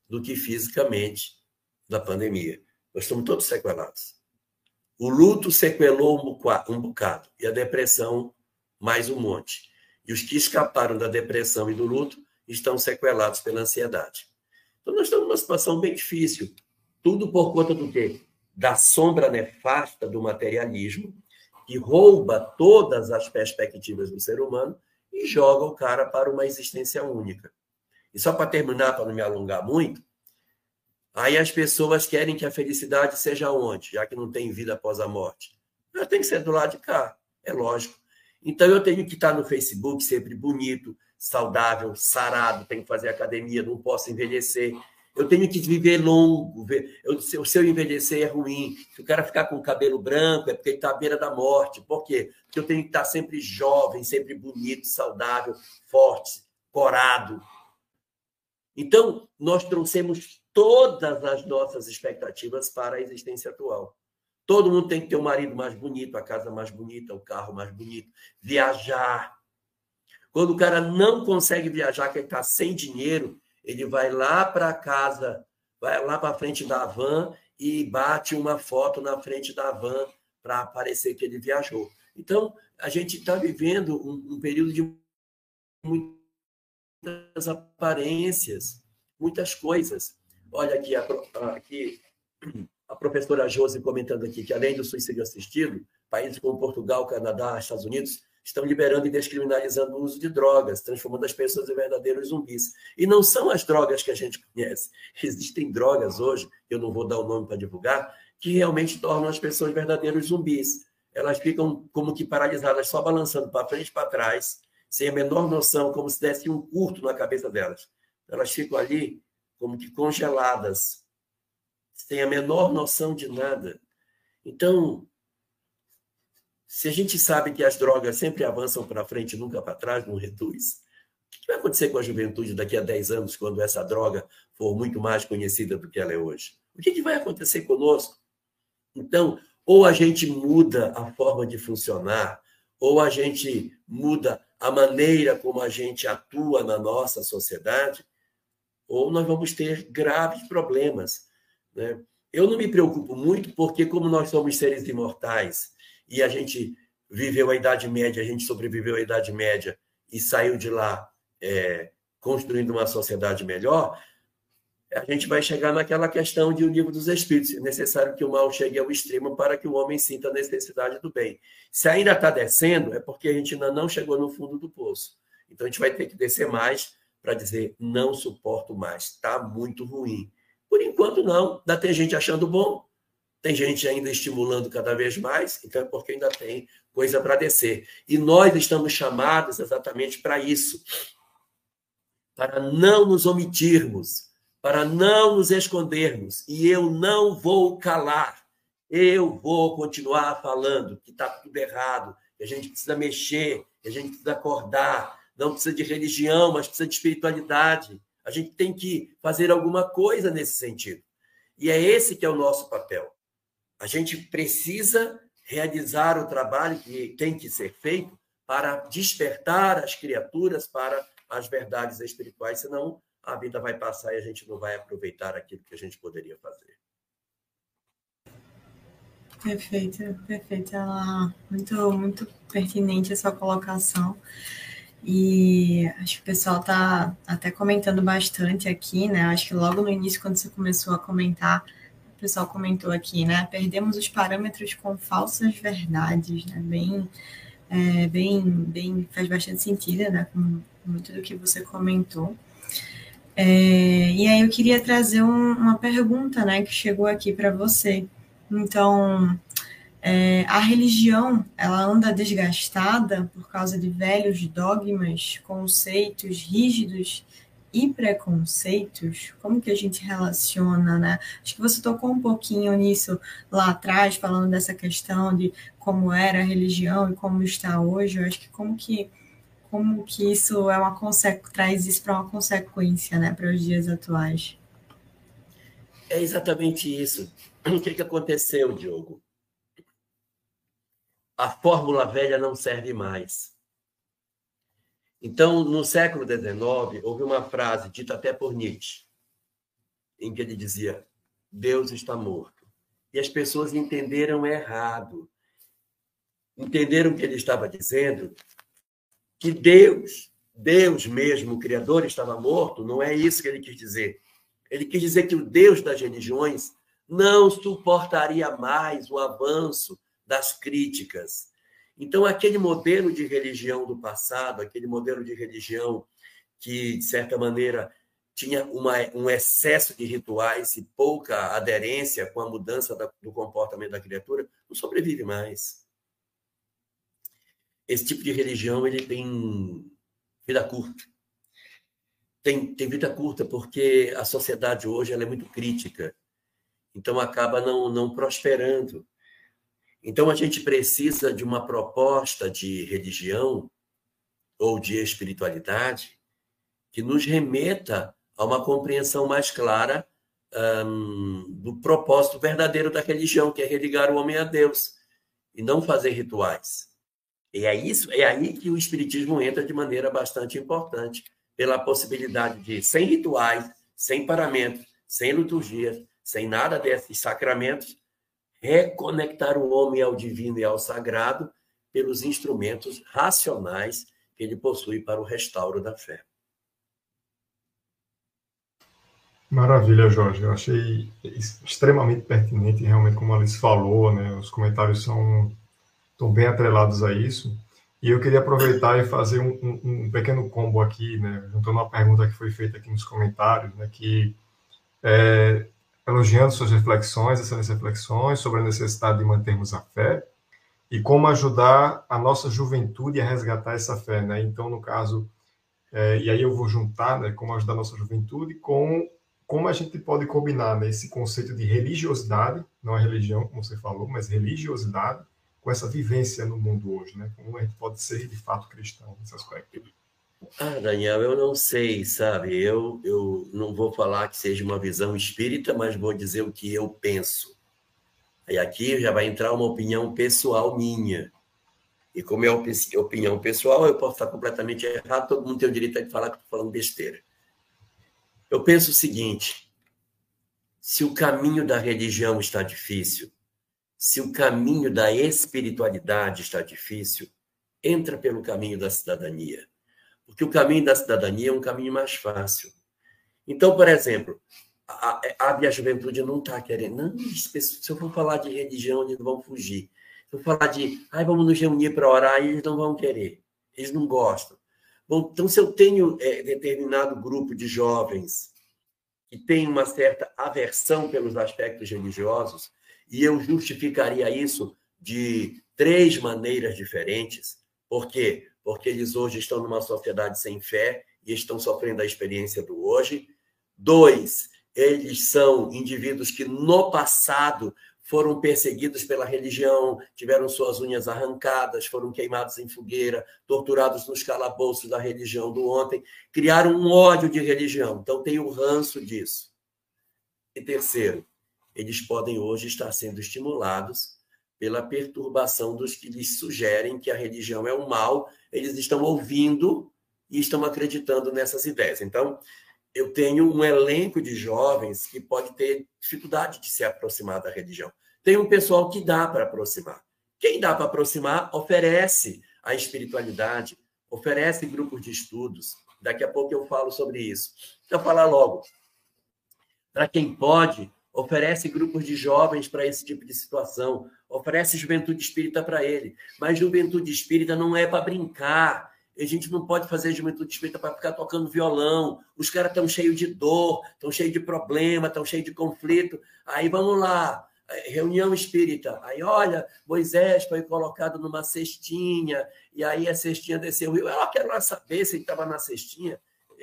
do que fisicamente da pandemia. Nós estamos todos sequelados. O luto sequelou um bocado e a depressão mais um monte. E os que escaparam da depressão e do luto estão sequelados pela ansiedade. Então, nós estamos numa situação bem difícil. Tudo por conta do quê? Da sombra nefasta do materialismo, que rouba todas as perspectivas do ser humano e joga o cara para uma existência única. E só para terminar, para não me alongar muito, aí as pessoas querem que a felicidade seja onde? Já que não tem vida após a morte. Ela tem que ser do lado de cá, é lógico. Então eu tenho que estar no Facebook sempre bonito, saudável, sarado, tenho que fazer academia, não posso envelhecer. Eu tenho que viver longo. Se eu envelhecer é ruim. Se o cara ficar com o cabelo branco é porque ele está à beira da morte. Por quê? Porque eu tenho que estar sempre jovem, sempre bonito, saudável, forte, corado. Então, nós trouxemos todas as nossas expectativas para a existência atual. Todo mundo tem que ter um marido mais bonito, a casa mais bonita, o carro mais bonito, viajar. Quando o cara não consegue viajar, que ele está sem dinheiro, ele vai lá para casa, vai lá para a frente da van e bate uma foto na frente da van para parecer que ele viajou. Então, a gente está vivendo um período de muitas aparências, muitas coisas. Olha aqui, a professora Josi comentando aqui que, além do suicídio assistido, países como Portugal, Canadá, Estados Unidos estão liberando e descriminalizando o uso de drogas, transformando as pessoas em verdadeiros zumbis. E não são as drogas que a gente conhece. Existem drogas hoje, eu não vou dar o nome para divulgar, que realmente tornam as pessoas verdadeiros zumbis. Elas ficam como que paralisadas, só balançando para frente e para trás, sem a menor noção, como se desse um curto na cabeça delas. Elas ficam ali como que congeladas, sem a menor noção de nada. Então, se a gente sabe que as drogas sempre avançam para frente e nunca para trás, não reduz, o que vai acontecer com a juventude daqui a 10 anos, quando essa droga for muito mais conhecida do que ela é hoje? O que vai acontecer conosco? Então, ou a gente muda a forma de funcionar, ou a gente muda a maneira como a gente atua na nossa sociedade, ou nós vamos ter graves problemas, né? Eu não me preocupo muito, porque como nós somos seres imortais e a gente viveu a Idade Média, a gente sobreviveu à Idade Média e saiu de lá construindo uma sociedade melhor, a gente vai chegar naquela questão de o livro dos Espíritos. É necessário que o mal chegue ao extremo para que o homem sinta a necessidade do bem. Se ainda está descendo, é porque a gente ainda não chegou no fundo do poço. Então, a gente vai ter que descer mais para dizer, não suporto mais, está muito ruim. Por enquanto, não. Ainda tem gente achando bom, tem gente ainda estimulando cada vez mais, então é porque ainda tem coisa para descer. E nós estamos chamados exatamente para isso, para não nos omitirmos, para não nos escondermos. E eu não vou calar, eu vou continuar falando que está tudo errado, que a gente precisa mexer, que a gente precisa acordar, não precisa de religião, mas precisa de espiritualidade. A gente tem que fazer alguma coisa nesse sentido. E é esse que é o nosso papel. A gente precisa realizar o trabalho que tem que ser feito para despertar as criaturas para as verdades espirituais, senão a vida vai passar e a gente não vai aproveitar aquilo que a gente poderia fazer. Perfeito, perfeito. Muito pertinente a sua colocação. E acho que o pessoal está até comentando bastante aqui, né? Acho que logo no início, quando você começou a comentar, o pessoal comentou aqui, né? Perdemos os parâmetros com falsas verdades, né? Bem, faz bastante sentido, né? Com muito do que você comentou. E aí eu queria trazer uma pergunta, né? Que chegou aqui para você. Então, a religião, ela anda desgastada por causa de velhos dogmas, conceitos rígidos e preconceitos? Como que a gente relaciona, né? Acho que você tocou um pouquinho nisso lá atrás, falando dessa questão de como era a religião e como está hoje. Eu acho que como que isso traz isso para uma consequência, né, para os dias atuais. É exatamente isso. O que aconteceu, Diogo? A fórmula velha não serve mais. Então, no século XIX, houve uma frase dita até por Nietzsche. em que ele dizia: Deus está morto. E as pessoas entenderam errado. Entenderam o que ele estava dizendo? Que Deus mesmo, o Criador, estava morto. Não é isso que ele quis dizer. Ele quis dizer que o Deus das religiões não suportaria mais o avanço das críticas. Então, aquele modelo de religião do passado, aquele modelo de religião que, de certa maneira, tinha um excesso de rituais e pouca aderência com a mudança do comportamento da criatura, não sobrevive mais. Esse tipo de religião ele tem vida curta. Tem vida curta porque a sociedade hoje ela é muito crítica. Então, acaba não prosperando. Então, a gente precisa de uma proposta de religião ou de espiritualidade que nos remeta a uma compreensão mais clara do propósito verdadeiro da religião, que é religar o homem a Deus, e não fazer rituais. E é aí que o espiritismo entra de maneira bastante importante, pela possibilidade de, sem rituais, sem paramentos, sem liturgias, sem nada desses sacramentos, reconectar o homem ao divino e ao sagrado pelos instrumentos racionais que ele possui para o restauro da fé. Maravilha, Jorge. Eu achei extremamente pertinente, realmente, como a Alice falou, né? Os comentários estão bem atrelados a isso. E eu queria aproveitar e fazer um pequeno combo aqui, né? Juntando uma pergunta que foi feita aqui nos comentários, né? Que elogiando suas reflexões, essas reflexões sobre a necessidade de mantermos a fé e como ajudar a nossa juventude a resgatar essa fé, né? Então, no caso, e aí eu vou juntar, né? Como ajudar a nossa juventude com como a gente pode combinar, né, esse conceito de religiosidade, não a religião, como você falou, mas religiosidade, com essa vivência no mundo hoje, né? Como a gente pode ser, de fato, cristão nesse aspecto. Daniel, eu não sei, sabe? Eu não vou falar que seja uma visão espírita, mas vou dizer o que eu penso. E aqui já vai entrar uma opinião pessoal minha. E como é opinião pessoal, eu posso estar completamente errado, todo mundo tem o direito de falar que estou falando besteira. Eu penso o seguinte: se o caminho da religião está difícil, se o caminho da espiritualidade está difícil, entra pelo caminho da cidadania. Porque o caminho da cidadania é um caminho mais fácil. Então, por exemplo, a juventude não está querendo. Não, se eu for falar de religião, eles vão fugir. Se eu falar de, vamos nos reunir para orar, eles não vão querer. Eles não gostam. Bom, então, se eu tenho determinado grupo de jovens que tem uma certa aversão pelos aspectos religiosos, e eu justificaria isso de 3 maneiras diferentes. Por quê? Porque eles hoje estão numa sociedade sem fé e estão sofrendo a experiência do hoje. 2, eles são indivíduos que no passado foram perseguidos pela religião, tiveram suas unhas arrancadas, foram queimados em fogueira, torturados nos calabouços da religião do ontem, criaram um ódio de religião, então tem o ranço disso. E 3, eles podem hoje estar sendo estimulados pela perturbação dos que lhes sugerem que a religião é um mal, eles estão ouvindo e estão acreditando nessas ideias. Então, eu tenho um elenco de jovens que pode ter dificuldade de se aproximar da religião. Tem um pessoal que dá para aproximar. Quem dá para aproximar oferece a espiritualidade, oferece grupos de estudos. Daqui a pouco eu falo sobre isso. Então, falar logo. Para quem pode, oferece grupos de jovens para esse tipo de situação, oferece juventude espírita para ele. Mas juventude espírita não é para brincar. A gente não pode fazer juventude espírita para ficar tocando violão. Os caras estão cheios de dor, estão cheios de problema, estão cheios de conflito. Aí vamos lá, reunião espírita. Aí, olha, Moisés foi colocado numa cestinha, e aí a cestinha desceu o rio. Eu quero lá saber se ele estava na cestinha.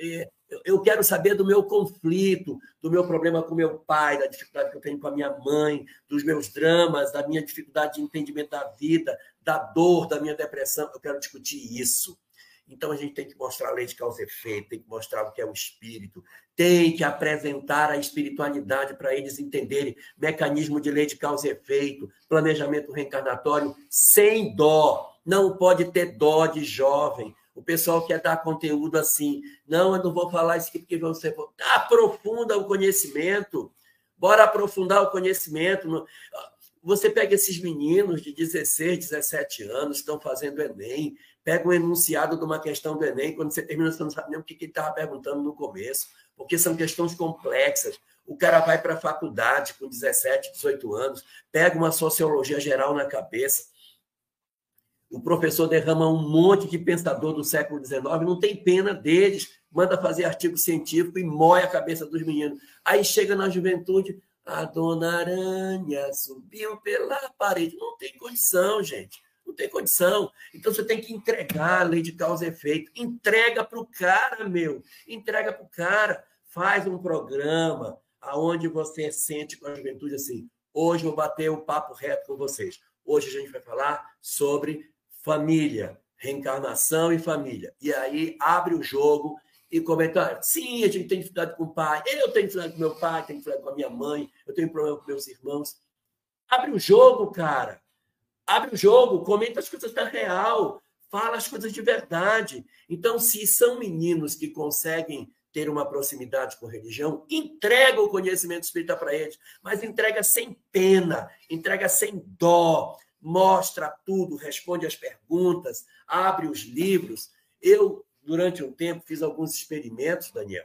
Eu quero saber do meu conflito, do meu problema com meu pai, da dificuldade que eu tenho com a minha mãe, dos meus dramas, da minha dificuldade de entendimento da vida, da dor, da minha depressão. Eu quero discutir isso. Então, a gente tem que mostrar a lei de causa e efeito, tem que mostrar o que é o espírito, tem que apresentar a espiritualidade para eles entenderem mecanismo de lei de causa e efeito, planejamento reencarnatório, sem dó. Não pode ter dó de jovem. O pessoal quer dar conteúdo assim. Não, eu não vou falar isso aqui porque você... Aprofunda o conhecimento. Bora aprofundar o conhecimento. Você pega esses meninos de 16, 17 anos, estão fazendo Enem, pega um enunciado de uma questão do Enem, quando você termina, você não sabe nem o que ele estava perguntando no começo, porque são questões complexas. O cara vai para a faculdade com 17, 18 anos, pega uma sociologia geral na cabeça, o professor derrama um monte de pensador do século XIX, não tem pena deles, manda fazer artigo científico e mói a cabeça dos meninos. Aí chega na juventude, a dona Aranha subiu pela parede. Não tem condição, gente. Não tem condição. Então, você tem que entregar a lei de causa e efeito. Entrega para o cara, meu. Entrega para o cara. Faz um programa onde você sente com a juventude assim, hoje eu vou bater um papo reto com vocês. Hoje a gente vai falar sobre família, reencarnação e família. E aí, abre o jogo e comenta, sim, a gente tem dificuldade com o pai, eu tenho dificuldade com meu pai, tenho dificuldade com a minha mãe, eu tenho problema com meus irmãos. Abre o jogo, cara. Abre o jogo, comenta as coisas da real, fala as coisas de verdade. Então, se são meninos que conseguem ter uma proximidade com religião, entrega o conhecimento espírita para eles, mas entrega sem pena, entrega sem dó, mostra tudo, responde as perguntas, abre os livros. Eu, durante um tempo, fiz alguns experimentos, Daniel,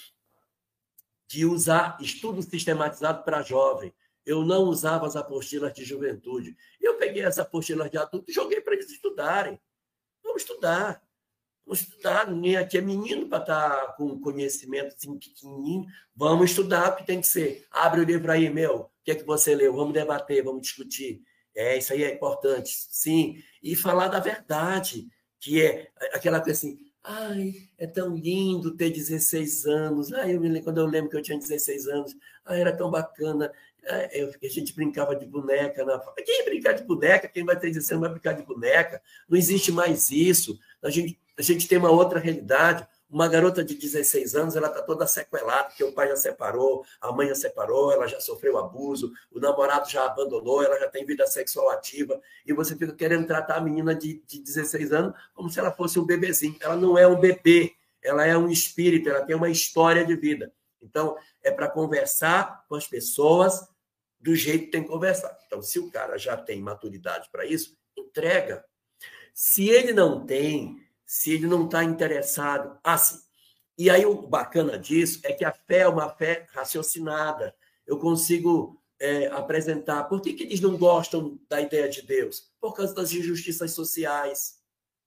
de usar estudo sistematizado para jovem. Eu não usava as apostilas de juventude. Eu peguei as apostilas de adulto e joguei para eles estudarem. Vamos estudar. Vamos estudar. Ninguém aqui é menino para estar com conhecimento assim, pequenininho. Vamos estudar o que tem que ser. Abre o livro aí, meu. O que é que você leu? Vamos debater, vamos discutir. Isso aí é importante, sim. E falar da verdade, que é aquela coisa assim, ai, é tão lindo ter 16 anos. Quando eu lembro que eu tinha 16 anos, era tão bacana. A gente brincava de boneca. Quem brincar de boneca? Quem vai ter 16 anos vai brincar de boneca. Não existe mais isso. A gente tem uma outra realidade. Uma garota de 16 anos, ela está toda sequelada, porque o pai já separou, a mãe já separou, ela já sofreu abuso, o namorado já abandonou, ela já tem vida sexual ativa, e você fica querendo tratar a menina de 16 anos como se ela fosse um bebezinho. Ela não é um bebê, ela é um espírito, ela tem uma história de vida. Então, é para conversar com as pessoas do jeito que tem que conversar. Então, se o cara já tem maturidade para isso, entrega. Se ele não tem, se ele não está interessado, assim. E aí o bacana disso é que a fé é uma fé raciocinada. Eu consigo apresentar. Por que eles não gostam da ideia de Deus? Por causa das injustiças sociais.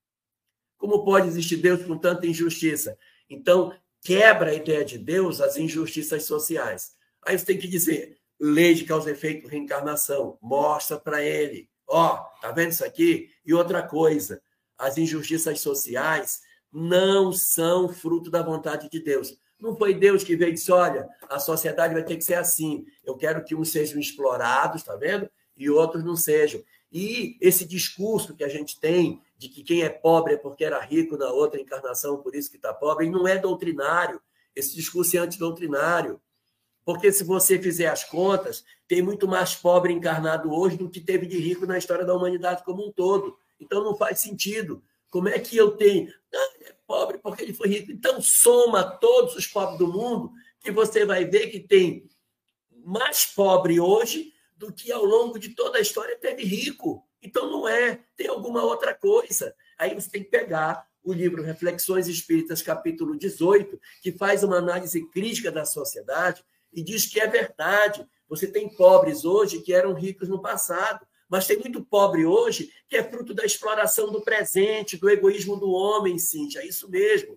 Como pode existir Deus com tanta injustiça? Então, quebra a ideia de Deus as injustiças sociais. Aí você tem que dizer, lei de causa e efeito, reencarnação. Mostra para ele. Tá vendo isso aqui? E outra coisa, as injustiças sociais não são fruto da vontade de Deus. Não foi Deus que veio e disse, olha, a sociedade vai ter que ser assim. Eu quero que uns sejam explorados, tá vendo? E outros não sejam. E esse discurso que a gente tem de que quem é pobre é porque era rico na outra encarnação, por isso que está pobre, ele não é doutrinário. Esse discurso é antidoutrinário. Porque se você fizer as contas, tem muito mais pobre encarnado hoje do que teve de rico na história da humanidade como um todo. Então, não faz sentido. Como é que eu tenho... ele é pobre porque ele foi rico. Então, soma todos os pobres do mundo que você vai ver que tem mais pobre hoje do que ao longo de toda a história teve rico. Então, não é. Tem alguma outra coisa. Aí você tem que pegar o livro Reflexões Espíritas, capítulo 18, que faz uma análise crítica da sociedade e diz que é verdade. Você tem pobres hoje que eram ricos no passado. Mas tem muito pobre hoje que é fruto da exploração do presente, do egoísmo do homem, Cíntia. É isso mesmo.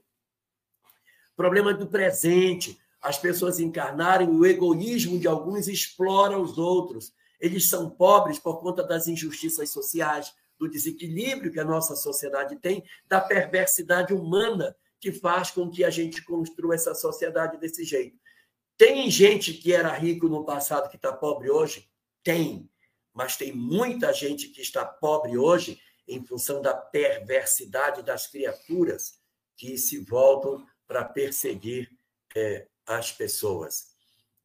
Problema do presente. As pessoas encarnarem o egoísmo de alguns explora os outros. Eles são pobres por conta das injustiças sociais, do desequilíbrio que a nossa sociedade tem, da perversidade humana que faz com que a gente construa essa sociedade desse jeito. Tem gente que era rico no passado que está pobre hoje? Tem. Mas tem muita gente que está pobre hoje em função da perversidade das criaturas que se voltam para perseguir as pessoas.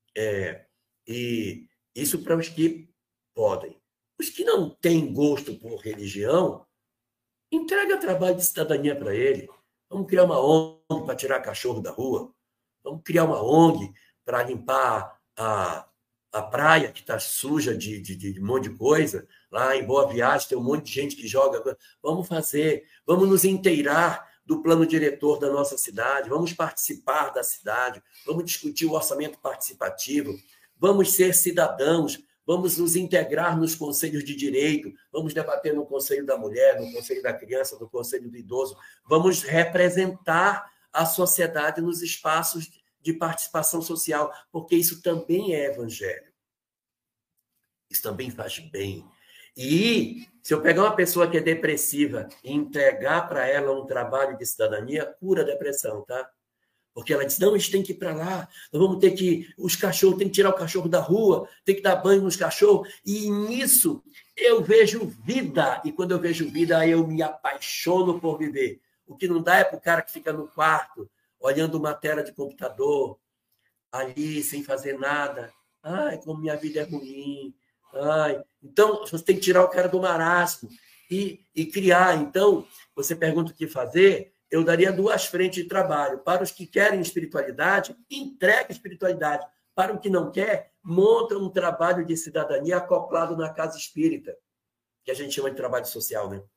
E isso para os que podem. Os que não têm gosto por religião, Entrega trabalho de cidadania para ele. Vamos criar uma ONG para tirar cachorro da rua. Vamos criar uma ONG para limpar a praia que está suja de um monte de coisa. Lá em Boa Viagem tem um monte de gente que joga. Vamos fazer, vamos nos inteirar do plano diretor da nossa cidade, vamos participar da cidade, vamos discutir o orçamento participativo, vamos ser cidadãos, vamos nos integrar nos conselhos de direito, vamos debater no Conselho da Mulher, no Conselho da Criança, no Conselho do Idoso, vamos representar a sociedade nos espaços de participação social, porque isso também é evangelho. Isso também faz bem. E se eu pegar uma pessoa que é depressiva e entregar para ela um trabalho de cidadania, cura a depressão, tá? Porque ela diz, não, a gente tem que ir para lá, nós vamos ter que, os cachorros, tem que tirar o cachorro da rua, tem que dar banho nos cachorros. E nisso eu vejo vida. E quando eu vejo vida, aí eu me apaixono por viver. O que não dá é para o cara que fica no quarto, olhando uma tela de computador, ali, sem fazer nada. Ai, como minha vida é ruim. Ai. Então, você tem que tirar o cara do marasmo e criar. Então, você pergunta o que fazer, eu daria 2 frentes de trabalho. Para os que querem espiritualidade, entrega espiritualidade. Para o que não quer, monta um trabalho de cidadania acoplado na casa espírita, que a gente chama de trabalho social, né?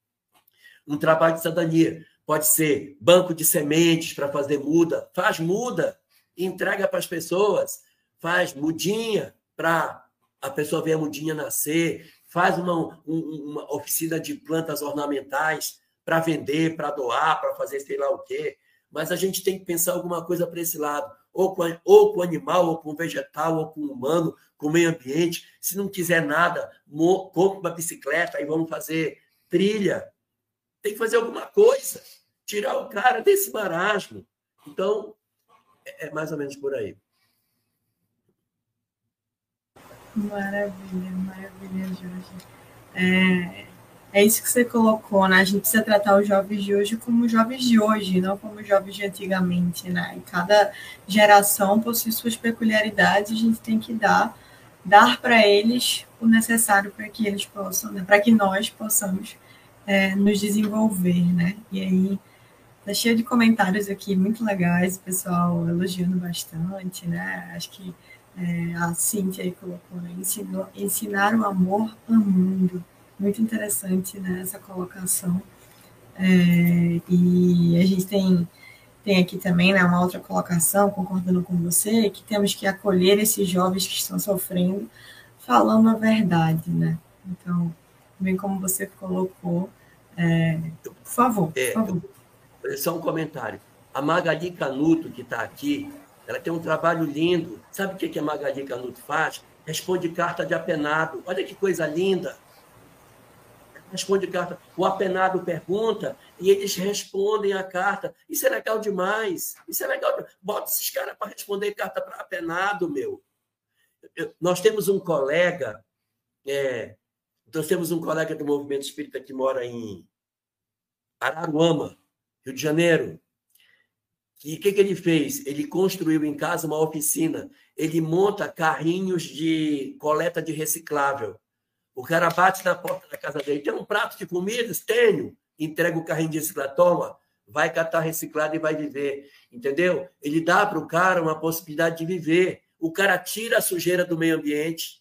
Um trabalho de cidadania. Pode ser banco de sementes para fazer muda. Faz muda, entrega para as pessoas. Faz mudinha para a pessoa ver a mudinha nascer. Faz uma oficina de plantas ornamentais para vender, para doar, para fazer sei lá o quê. Mas a gente tem que pensar alguma coisa para esse lado. Ou com o animal, ou com o vegetal, ou com o humano, com o meio ambiente. Se não quiser nada, compra uma bicicleta e vamos fazer trilha. Tem que fazer alguma coisa. Tirar o cara desse marasmo. Então, é mais ou menos por aí. Maravilha, maravilha, Jorge. É isso que você colocou, né? A gente precisa tratar os jovens de hoje como jovens de hoje, não como jovens de antigamente, né? E cada geração possui suas peculiaridades, a gente tem que dar para eles o necessário para que eles possam, né? Para que nós possamos nos desenvolver, né? E aí tá cheio de comentários aqui muito legais, o pessoal elogiando bastante, né? Acho que a Cíntia aí colocou, né? Ensinar o amor amando. Muito interessante, né, essa colocação. E a gente tem aqui também, né, uma outra colocação, concordando com você, que temos que acolher esses jovens que estão sofrendo, falando a verdade, né? Então, bem como você colocou, por favor. Só um comentário. A Magali Canuto, que está aqui, ela tem um trabalho lindo. Sabe o que a Magali Canuto faz? Responde carta de apenado. Olha que coisa linda. Responde carta. O apenado pergunta e eles respondem a carta. Isso é legal demais. Isso é legal. Bota esses caras para responder carta para apenado, meu. Nós temos um colega, do movimento espírita que mora em Araruama, Rio de Janeiro. E o que ele fez? Ele construiu em casa uma oficina. Ele monta carrinhos de coleta de reciclável. O cara bate na porta da casa dele. Tem um prato de comidas? Tenho. Entrega o carrinho de reciclado. Toma, vai catar reciclado e vai viver. Entendeu? Ele dá para o cara uma possibilidade de viver. O cara tira a sujeira do meio ambiente.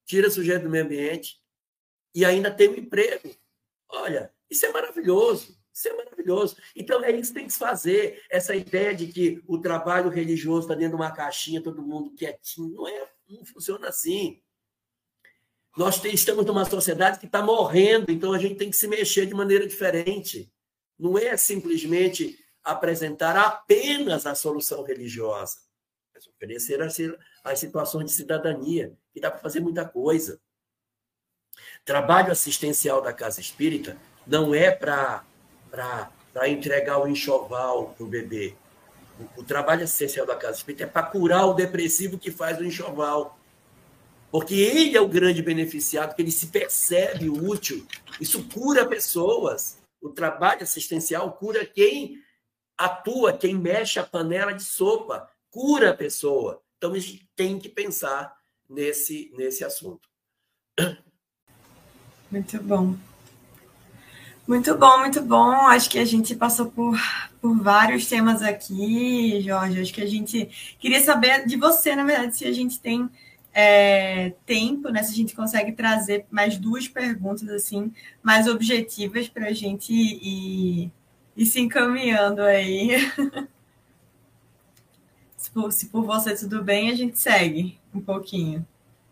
E ainda tem um emprego. Olha, isso é maravilhoso. Então, é isso que tem que se fazer. Essa ideia de que o trabalho religioso está dentro de uma caixinha, todo mundo quietinho, não funciona assim. Nós estamos numa sociedade que está morrendo, então a gente tem que se mexer de maneira diferente. Não é simplesmente apresentar apenas a solução religiosa, mas oferecer as situações de cidadania, que dá para fazer muita coisa. Trabalho assistencial da Casa Espírita não é para entregar o enxoval para o bebê. O trabalho assistencial da Casa Espírita é para curar o depressivo que faz o enxoval. Porque ele é o grande beneficiado, que ele se percebe útil. Isso cura pessoas. O trabalho assistencial cura quem atua, quem mexe a panela de sopa. Cura a pessoa. Então, a gente tem que pensar nesse assunto. Muito bom. Muito bom, muito bom. Acho que a gente passou por vários temas aqui, Jorge. Acho que a gente queria saber de você, na verdade, se a gente tem tempo, né? Se a gente consegue trazer mais 2 perguntas assim, mais objetivas para a gente ir se encaminhando aí. Se por você tudo bem, a gente segue um pouquinho.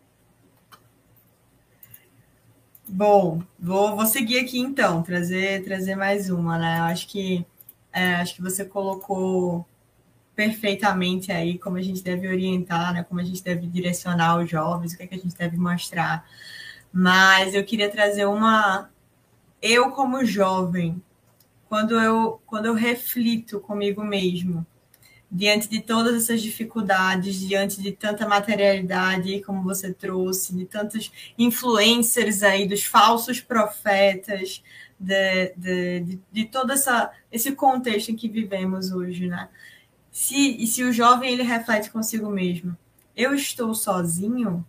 Bom, vou seguir aqui então, trazer mais uma, né? Eu acho que você colocou perfeitamente aí como a gente deve orientar, né? Como a gente deve direcionar os jovens, o que é que a gente deve mostrar. Mas eu queria trazer eu como jovem, quando eu reflito comigo mesmo, diante de todas essas dificuldades, diante de tanta materialidade, como você trouxe, de tantos influencers aí, dos falsos profetas, de todo esse contexto em que vivemos hoje, né? Se o jovem ele reflete consigo mesmo, eu estou sozinho?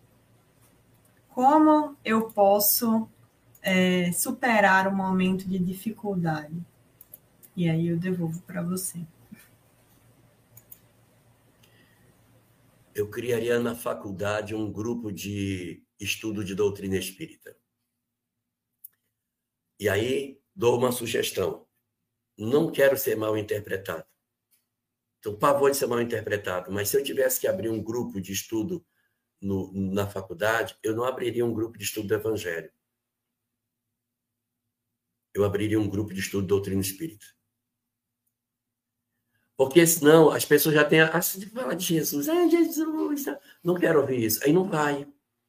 Como eu posso superar um momento de dificuldade? E aí eu devolvo para você. Eu criaria na faculdade um grupo de estudo de doutrina espírita. E aí dou uma sugestão. Não quero ser mal interpretado. Então, pavor de ser mal interpretado. Mas se eu tivesse que abrir um grupo de estudo na faculdade, eu não abriria um grupo de estudo do Evangelho. Eu abriria um grupo de estudo de doutrina espírita. Porque senão as pessoas já têm de falar de Jesus. Jesus, não quero ouvir isso. Aí não vai.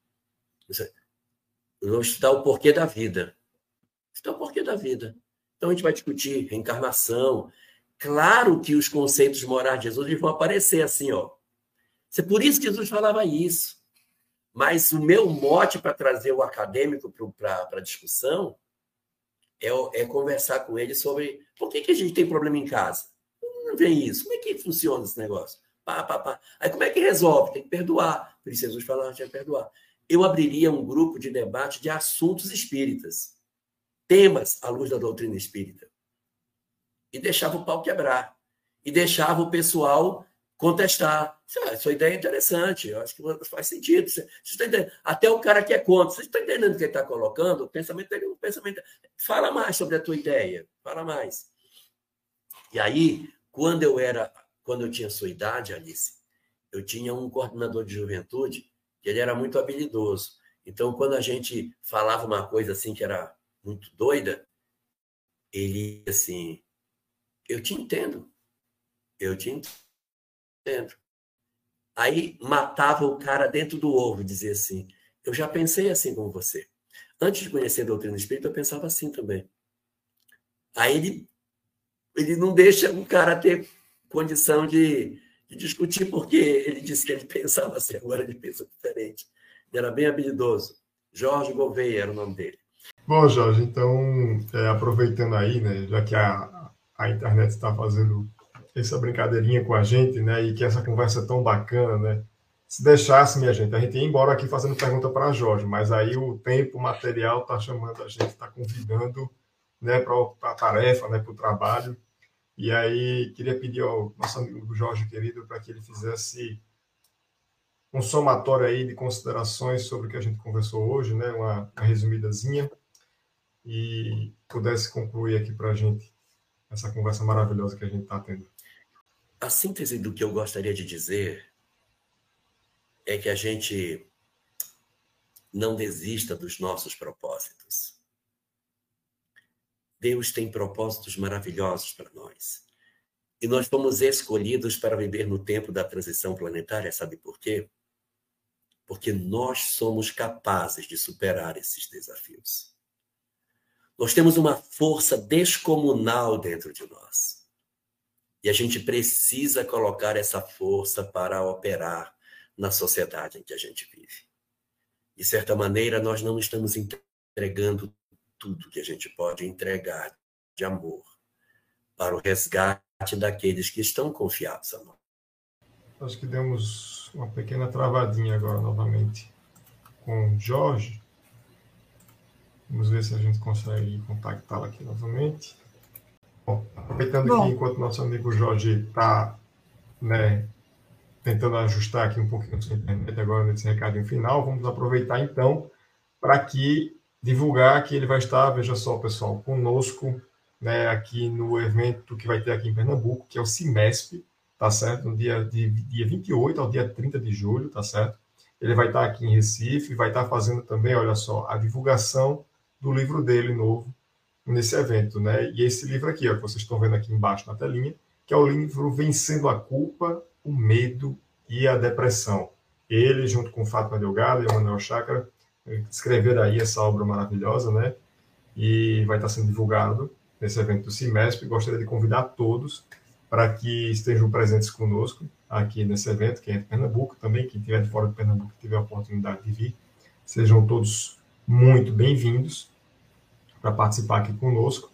Eu vou estudar o porquê da vida. Estudar o porquê da vida. Então a gente vai discutir reencarnação. Claro que os conceitos morais de Jesus vão aparecer assim, ó. É por isso que Jesus falava isso. Mas o meu mote para trazer o acadêmico para a discussão é conversar com ele sobre por que a gente tem problema em casa. Não vê isso. Como é que funciona esse negócio? Aí como é que resolve? Tem que perdoar. Por isso Jesus falava que tinha que perdoar. Eu abriria um grupo de debate de assuntos espíritas. Temas à luz da doutrina espírita. E deixava o pau quebrar. E deixava o pessoal contestar. Sua ideia é interessante. Eu acho que faz sentido. Você está entendendo? Até o cara que é contra. Você está entendendo o que ele está colocando? O pensamento dele é um pensamento... Fala mais sobre a tua ideia. Fala mais. E aí... Quando eu tinha sua idade, Alice, eu tinha um coordenador de juventude que ele era muito habilidoso. Então, quando a gente falava uma coisa assim que era muito doida, ele assim, eu te entendo. Aí matava o cara dentro do ovo, dizia assim, eu já pensei assim como você. Antes de conhecer a doutrina espírita, eu pensava assim também. Aí ele não deixa o cara ter condição de discutir, porque ele disse que ele pensava assim, agora ele pensa diferente. Ele era bem habilidoso. Jorge Gouveia era o nome dele. Bom, Jorge, então, aproveitando aí, né, já que a internet está fazendo essa brincadeirinha com a gente, né, e que essa conversa é tão bacana, né, se deixasse, minha gente, a gente ia embora aqui fazendo pergunta para Jorge, mas aí o tempo material está chamando a gente, está convidando, né, para a tarefa, né, para o trabalho. E aí queria pedir ao nosso amigo Jorge querido para que ele fizesse um somatório aí de considerações sobre o que a gente conversou hoje, né, uma resumidazinha, e pudesse concluir aqui para a gente essa conversa maravilhosa que a gente está tendo. A síntese do que eu gostaria de dizer é que a gente não desista dos nossos propósitos. Deus tem propósitos maravilhosos para nós. E nós fomos escolhidos para viver no tempo da transição planetária, sabe por quê? Porque nós somos capazes de superar esses desafios. Nós temos uma força descomunal dentro de nós. E a gente precisa colocar essa força para operar na sociedade em que a gente vive. De certa maneira, nós não estamos entregando tudo que a gente pode entregar de amor para o resgate daqueles que estão confiados a nós. Acho que demos uma pequena travadinha agora novamente com Jorge. Vamos ver se a gente consegue contactá-la aqui novamente. Bom, aproveitando aqui, enquanto nosso amigo Jorge está, né, tentando ajustar aqui um pouquinho a sua internet agora nesse recadinho final, vamos aproveitar então para aqui divulgar que ele vai estar, veja só, pessoal, conosco, né, aqui no evento que vai ter aqui em Pernambuco, que é o CIMESP, tá certo? No dia 28 ao dia 30 de julho, tá certo? Ele vai estar aqui em Recife, vai estar fazendo também, olha só, a divulgação do livro dele novo nesse evento, né? E esse livro aqui, ó, que vocês estão vendo aqui embaixo na telinha, que é o livro Vencendo a Culpa, o Medo e a Depressão. Ele, junto com Fátima Delgado e Emanuel Chácara, escreveram aí essa obra maravilhosa, né? E vai estar sendo divulgado nesse evento do CIMESP. Gostaria de convidar todos para que estejam presentes conosco aqui nesse evento, quem é de Pernambuco também, quem estiver de fora de Pernambuco e tiver a oportunidade de vir, sejam todos muito bem-vindos para participar aqui conosco.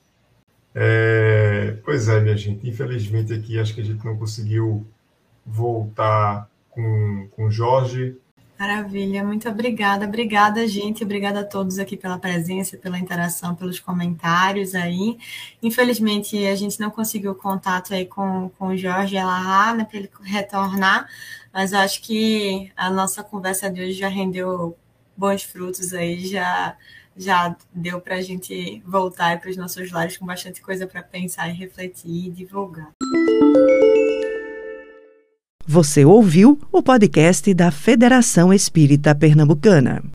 Pois é, minha gente, infelizmente aqui acho que a gente não conseguiu voltar com o Jorge. Maravilha, muito obrigada. Obrigada, gente. Obrigada a todos aqui pela presença, pela interação, pelos comentários aí. Infelizmente, a gente não conseguiu contato aí com o Jorge Elahá, né, para ele retornar, mas eu acho que a nossa conversa de hoje já rendeu bons frutos aí, já deu para a gente voltar para os nossos lares com bastante coisa para pensar e refletir e divulgar. Você ouviu o podcast da Federação Espírita Pernambucana.